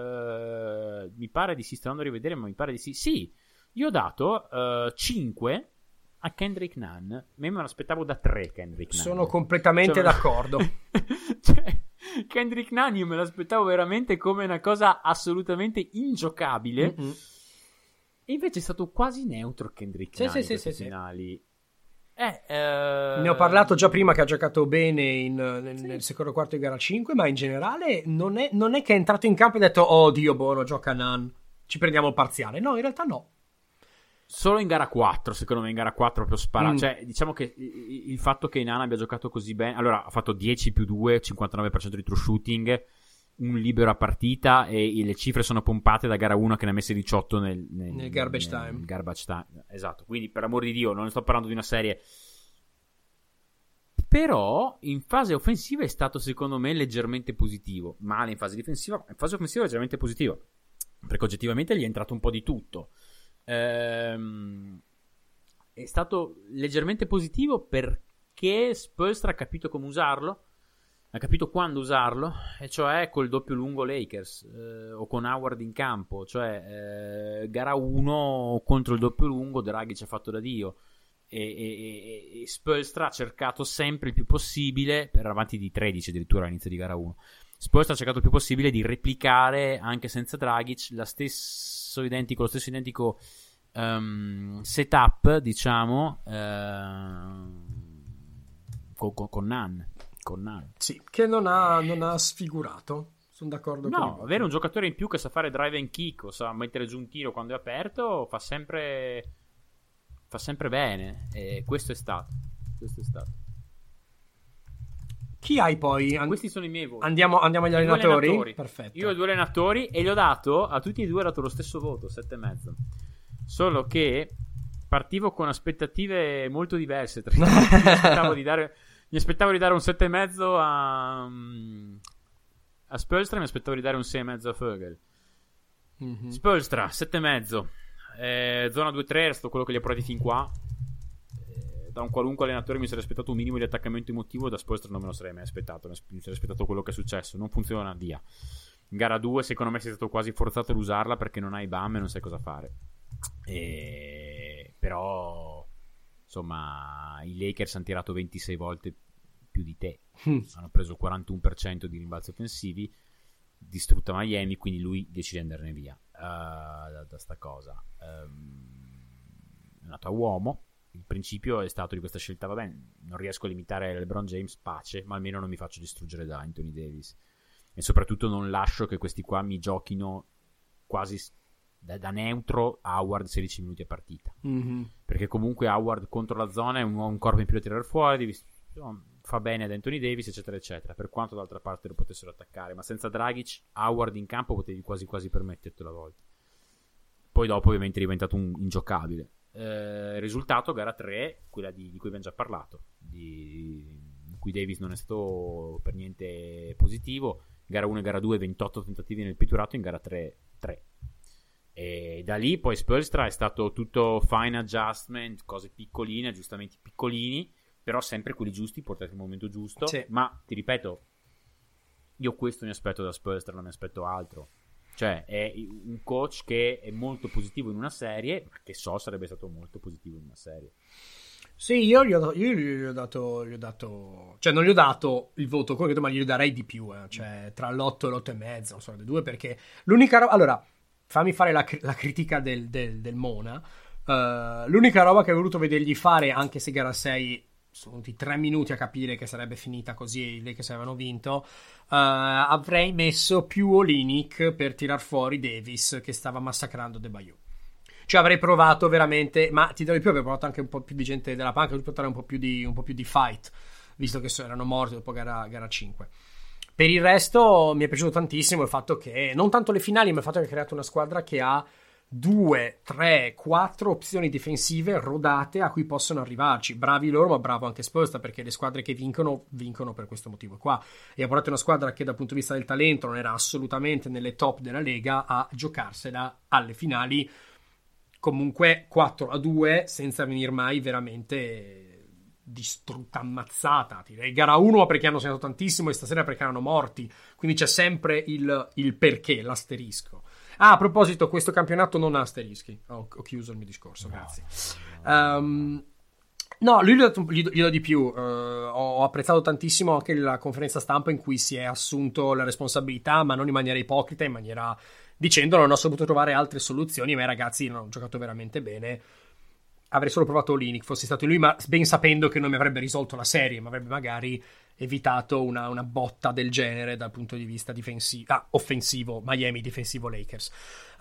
mi pare di sì, sto andando a rivedere, ma mi pare di sì. Sì, io ho dato 5 a Kendrick Nunn. Me lo aspettavo da 3 Kendrick Nunn. Sono completamente d'accordo. Cioè, Kendrick Nunn io me lo aspettavo veramente come una cosa assolutamente ingiocabile. Mm-hmm. E invece è stato quasi neutro Kendrick Nunn in questi finali. Ne ho parlato già prima che ha giocato bene nel secondo quarto di gara 5, ma in generale non è che è entrato in campo e ha detto oh Dio buono, gioca Nunn, ci prendiamo il parziale. No, in realtà no. Solo in gara 4, secondo me in gara 4 proprio sparato. Cioè, diciamo che il fatto che Nunn abbia giocato così bene, allora ha fatto 10 più 2, 59% di true shooting, un libero a partita, e le cifre sono pompate da gara 1 che ne ha messe 18 nel garbage time. Garbage time. Esatto, quindi per amor di Dio non ne sto parlando di una serie. Però in fase offensiva è stato secondo me leggermente positivo. Male in fase difensiva, in fase offensiva leggermente positivo, perché oggettivamente gli è entrato un po' di tutto. È stato leggermente positivo perché Spoelstra ha capito come usarlo. Ha capito quando usarlo, e cioè col doppio lungo Lakers o con Howard in campo, cioè gara 1 contro il doppio lungo Dragic ha fatto da Dio e Spoelstra ha cercato sempre il più possibile, per avanti di 13 addirittura all'inizio di gara 1, Spoelstra ha cercato il più possibile di replicare anche senza Dragic lo stesso identico setup, diciamo, con Nunn. Sì, che non ha sfigurato. Sono d'accordo con No, avere un giocatore in più che sa fare drive and kick o sa mettere giù un tiro quando è aperto fa sempre bene. E questo è stato. Chi hai poi? Questi sono i miei voti. Andiamo agli allenatori? Perfetto. Io ho 2 allenatori e gli ho dato a tutti e 2 lo stesso voto, 7,5. Solo che partivo con aspettative molto diverse. Mi aspettavo di dare un 7,5 a Spoelstra, mi aspettavo di dare un 6,5 a Vogel. Mm-hmm. Spoelstra 7,5. Zona 2-3 è stato quello che li ha provati fin qua. Da un qualunque allenatore mi sarei aspettato un minimo di attaccamento emotivo, da Spoelstra non me lo sarei mai aspettato. Mi sarei aspettato quello che è successo. Non funziona, via. In gara 2 secondo me sei stato quasi forzato ad usarla perché non hai BAM e non sai cosa fare. Però insomma i Lakers hanno tirato 26 volte più di te, hanno preso il 41% di rimbalzi offensivi, distrutta Miami, quindi lui decide di andarne via da sta cosa. È nato a uomo. Il principio è stato di questa scelta: vabbè, non riesco a limitare LeBron James, pace, ma almeno non mi faccio distruggere da Anthony Davis e soprattutto non lascio che questi qua mi giochino quasi da neutro Howard 16 minuti a partita, perché comunque Howard contro la zona è un corpo in più da tirare fuori, fa bene ad Anthony Davis, eccetera eccetera, per quanto d'altra parte lo potessero attaccare, ma senza Dragic Howard in campo potevi quasi quasi permettertelo a volte. Poi dopo ovviamente è diventato un ingiocabile. Risultato gara 3, quella di cui abbiamo già parlato, in cui Davis non è stato per niente positivo. Gara 1 e gara 2 28 tentativi nel pitturato, in gara 3 3. E da lì poi Spoelstra è stato tutto fine adjustment, cose piccoline, aggiustamenti piccolini, però sempre quelli giusti, portati al momento giusto. Sì. Ma ti ripeto, io questo mi aspetto da Spoelstra, non mi aspetto altro. Cioè è un coach che è molto positivo in una serie, ma che sarebbe stato molto positivo in una serie. Sì, io gli ho dato, cioè non gli ho dato il voto corretto, ma gli darei di più, cioè tra l'8 e l'8,5, non so, le due, perché l'unica roba, allora fammi fare la critica del Mona. L'unica roba che ho voluto vedergli fare, anche se gara 6 sono venuti 3 minuti a capire che sarebbe finita così e i Lakers avevano vinto, avrei messo più Olynyk per tirar fuori Davis che stava massacrando De Bayou. Cioè avrei provato veramente, ma ti do di più, avrei provato anche un po' più di gente della panca per portare un po' più di fight, visto che erano morti dopo gara 5. Per il resto mi è piaciuto tantissimo il fatto che, non tanto le finali, ma il fatto che ha creato una squadra che ha 2, 3, 4 opzioni difensive rodate a cui possono arrivarci. Bravi loro, ma bravo anche Spoelstra, perché le squadre che vincono per questo motivo qua. E ha portato una squadra che dal punto di vista del talento non era assolutamente nelle top della Lega a giocarsela alle finali comunque 4-2 senza venir mai veramente distrutta, ammazzata. Direi gara 1 perché hanno segnato tantissimo e stasera perché erano morti, quindi c'è sempre il perché, l'asterisco. A proposito, questo campionato non ha asterischi. Ho chiuso il mio discorso, grazie. No, lui gli do di più. Ho apprezzato tantissimo anche la conferenza stampa in cui si è assunto la responsabilità, ma non in maniera ipocrita, in maniera dicendo non ho saputo trovare altre soluzioni, ma i ragazzi non hanno giocato veramente bene. Avrei solo provato Olynyk, fossi stato lui, ma ben sapendo che non mi avrebbe risolto la serie, ma avrebbe magari evitato una botta del genere dal punto di vista offensivo, Miami, difensivo Lakers.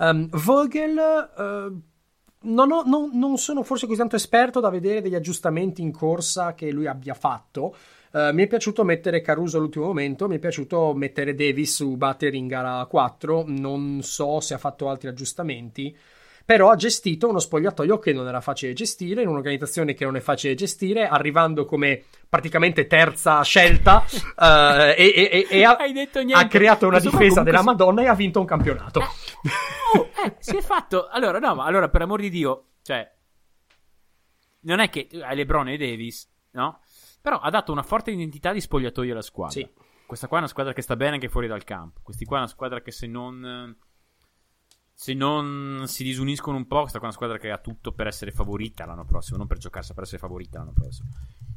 Vogel, non sono forse così tanto esperto da vedere degli aggiustamenti in corsa che lui abbia fatto. Mi è piaciuto mettere Caruso all'ultimo momento, mi è piaciuto mettere Davis su Butler in gara 4, non so se ha fatto altri aggiustamenti, però ha gestito uno spogliatoio che non era facile gestire, in un'organizzazione che non è facile gestire, arrivando come praticamente terza scelta e ha creato una difesa della Madonna e ha vinto un campionato. Si è fatto. Allora, no, ma allora per amor di Dio, cioè non è che hai LeBron e Davis, no? Però ha dato una forte identità di spogliatoio alla squadra. Sì. questa qua è una squadra che sta bene anche fuori dal campo. Questi qua è una squadra che se non si disuniscono un po', questa qua è una squadra che ha tutto per essere favorita l'anno prossimo, non per giocarsi, per essere favorita l'anno prossimo.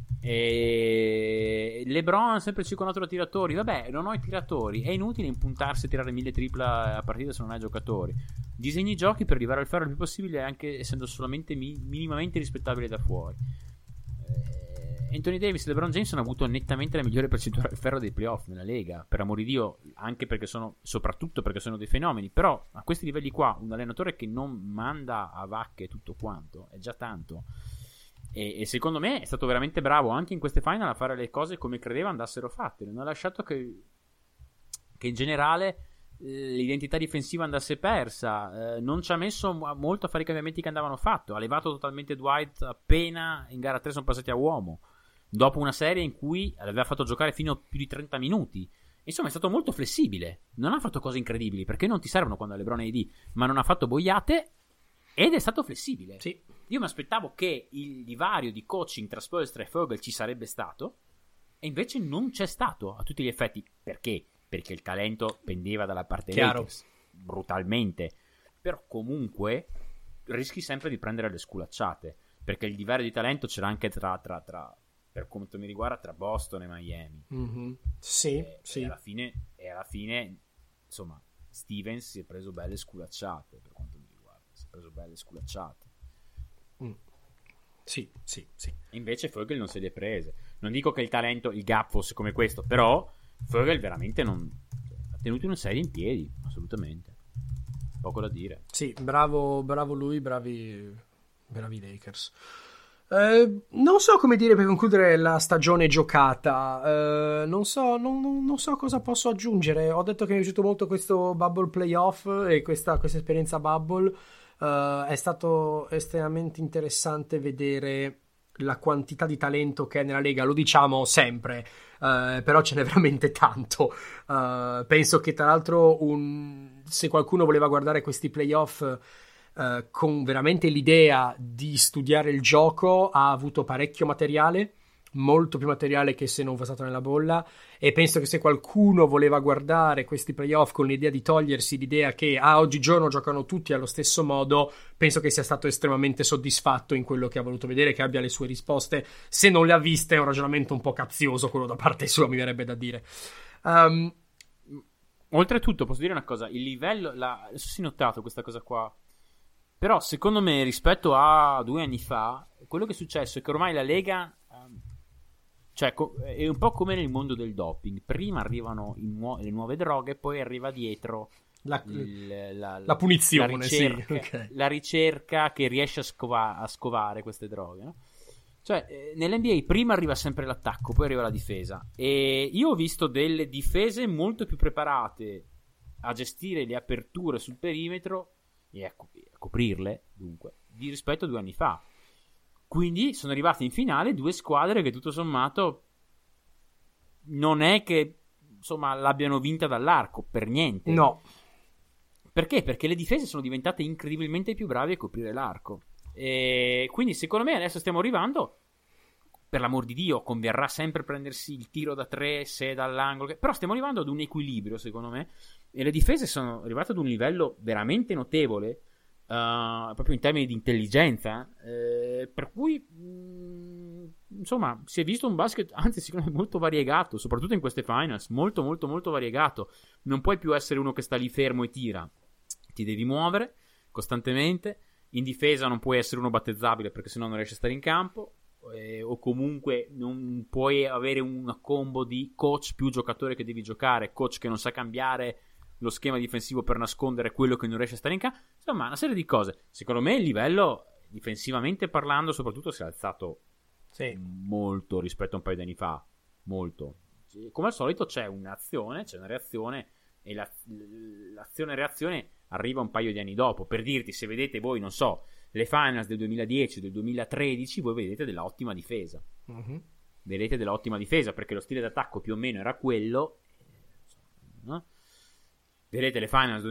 E LeBron sempre circondato da tiratori. Vabbè, non ho i tiratori, è inutile impuntarsi a tirare 1000 tripla a partita se non hai giocatori. Disegni i giochi per arrivare al ferro il più possibile, anche essendo solamente minimamente rispettabile da fuori. Anthony Davis e LeBron James hanno avuto nettamente la migliore percentuale al ferro dei playoff nella Lega, per amor di Dio, anche perché soprattutto perché sono dei fenomeni. Però a questi livelli qua un allenatore che non manda a vacche tutto quanto è già tanto. E secondo me è stato veramente bravo anche in queste final a fare le cose come credeva andassero fatte. Non ha lasciato che in generale l'identità difensiva andasse persa. Non ci ha messo molto a fare i cambiamenti che andavano fatto. Ha levato totalmente Dwight appena in gara 3 sono passati a uomo, dopo una serie in cui l'aveva fatto giocare fino a più di 30 minuti. Insomma è stato molto flessibile, non ha fatto cose incredibili perché non ti servono quando hai LeBron e AD, ma non ha fatto boiate ed è stato flessibile. Sì. Io mi aspettavo che il divario di coaching tra Spoelstra e Vogel ci sarebbe stato, e invece non c'è stato a tutti gli effetti. Perché? Perché il talento pendeva dalla parte Lakers brutalmente. Però comunque rischi sempre di prendere le sculacciate, perché il divario di talento c'era anche tra per quanto mi riguarda, tra Boston e Miami. Mm-hmm. Sì. E alla fine insomma Stevens si è preso belle sculacciate, per quanto mi riguarda, si è preso belle sculacciate. Sì. Invece Vogel non se le prese. Non dico che il gap fosse come questo, però Vogel veramente non ha tenuto una serie in piedi, assolutamente. Poco da dire. Sì, bravo lui, bravi Lakers. Non so come dire per concludere la stagione giocata. Non so cosa posso aggiungere. Ho detto che mi è piaciuto molto questo Bubble Playoff e questa esperienza Bubble. È stato estremamente interessante vedere la quantità di talento che è nella Lega, lo diciamo sempre, però ce n'è veramente tanto. Penso che tra l'altro se qualcuno voleva guardare questi playoff con veramente l'idea di studiare il gioco, ha avuto parecchio materiale, molto più materiale che se non fosse stato nella bolla, e penso che se qualcuno voleva guardare questi playoff con l'idea di togliersi l'idea che oggigiorno giocano tutti allo stesso modo, penso che sia stato estremamente soddisfatto in quello che ha voluto vedere, che abbia le sue risposte. Se non le ha viste è un ragionamento un po' capzioso quello da parte sua, mi verrebbe da dire. Oltretutto posso dire una cosa, il livello adesso si è notato questa cosa qua, però secondo me rispetto a 2 anni fa quello che è successo è che ormai la Lega cioè è un po' come nel mondo del doping. Prima arrivano le nuove droghe, poi arriva dietro la punizione, la ricerca che riesce a scovare queste droghe, no? Cioè nell'NBA prima arriva sempre l'attacco, poi arriva la difesa, e io ho visto delle difese molto più preparate a gestire le aperture sul perimetro e a coprirle, dunque, rispetto a 2 anni fa. Quindi sono arrivate in finale 2 squadre che tutto sommato non è che insomma l'abbiano vinta dall'arco per niente. No. Perché? Perché le difese sono diventate incredibilmente più bravi a coprire l'arco. E quindi secondo me adesso stiamo arrivando, per l'amor di Dio converrà sempre prendersi il tiro da 3 se dall'angolo, però stiamo arrivando ad un equilibrio secondo me, e le difese sono arrivate ad un livello veramente notevole. Proprio in termini di intelligenza, per cui insomma si è visto un basket, anzi secondo me molto variegato, soprattutto in queste finals, molto molto molto variegato. Non puoi più essere uno che sta lì fermo e tira, ti devi muovere costantemente. In difesa non puoi essere uno battezzabile perché sennò non riesci a stare in campo, o comunque non puoi avere una combo di coach più giocatore che devi giocare, coach che non sa cambiare lo schema difensivo per nascondere quello che non riesce a stare in campo. Insomma, una serie di cose. Secondo me il livello, difensivamente parlando, soprattutto si è alzato molto rispetto a un paio di anni fa. Molto. Come al solito c'è un'azione, c'è una reazione, e l'azione e reazione arriva un paio di anni dopo. Per dirti, se vedete voi, non so, le finals del 2010 o del 2013, voi vedete della ottima difesa. Mm-hmm. Vedete della ottima difesa perché lo stile d'attacco più o meno era quello, no? Vedete le finals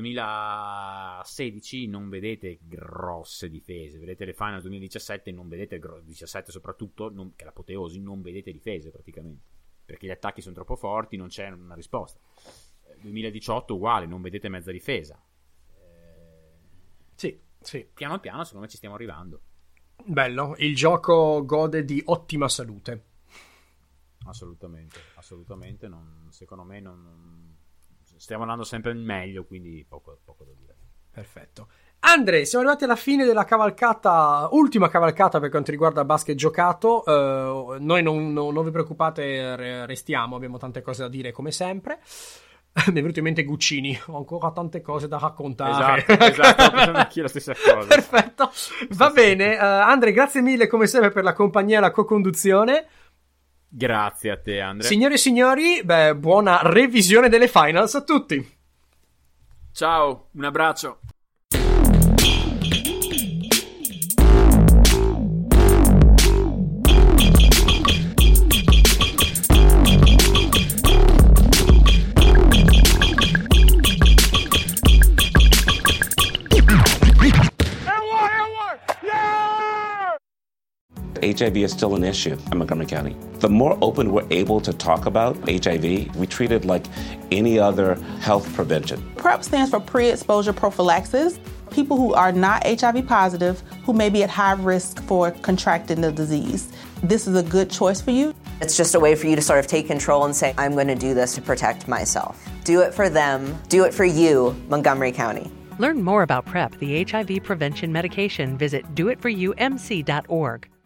2016, non vedete grosse difese. Vedete le finals 2017, non vedete 17 soprattutto, che è l'apoteosi, non vedete difese praticamente. perché gli attacchi sono troppo forti, non c'è una risposta. 2018 uguale, non vedete mezza difesa. Sì. Piano piano secondo me ci stiamo arrivando. Bello, il gioco gode di ottima salute. Assolutamente, secondo me stiamo andando sempre in meglio, quindi poco da dire. Perfetto. Andre, siamo arrivati alla fine della ultima cavalcata per quanto riguarda basket giocato. Noi non vi preoccupate, restiamo, abbiamo tante cose da dire come sempre. Mi è venuto in mente Guccini, ho ancora tante cose da raccontare. Esatto, anch'io la stessa cosa. Perfetto, va bene. Andre, grazie mille come sempre per la compagnia e la co-conduzione. Grazie a te, Andre. Signore e signori, buona revisione delle finals a tutti. Ciao, un abbraccio. HIV is still an issue in Montgomery County. The more open we're able to talk about HIV, we treat it like any other health prevention. PrEP stands for pre-exposure prophylaxis. People who are not HIV positive, who may be at high risk for contracting the disease. This is a good choice for you. It's just a way for you to sort of take control and say, I'm going to do this to protect myself. Do it for them. Do it for you, Montgomery County. Learn more about PrEP, the HIV prevention medication. Visit doitforyoumc.org.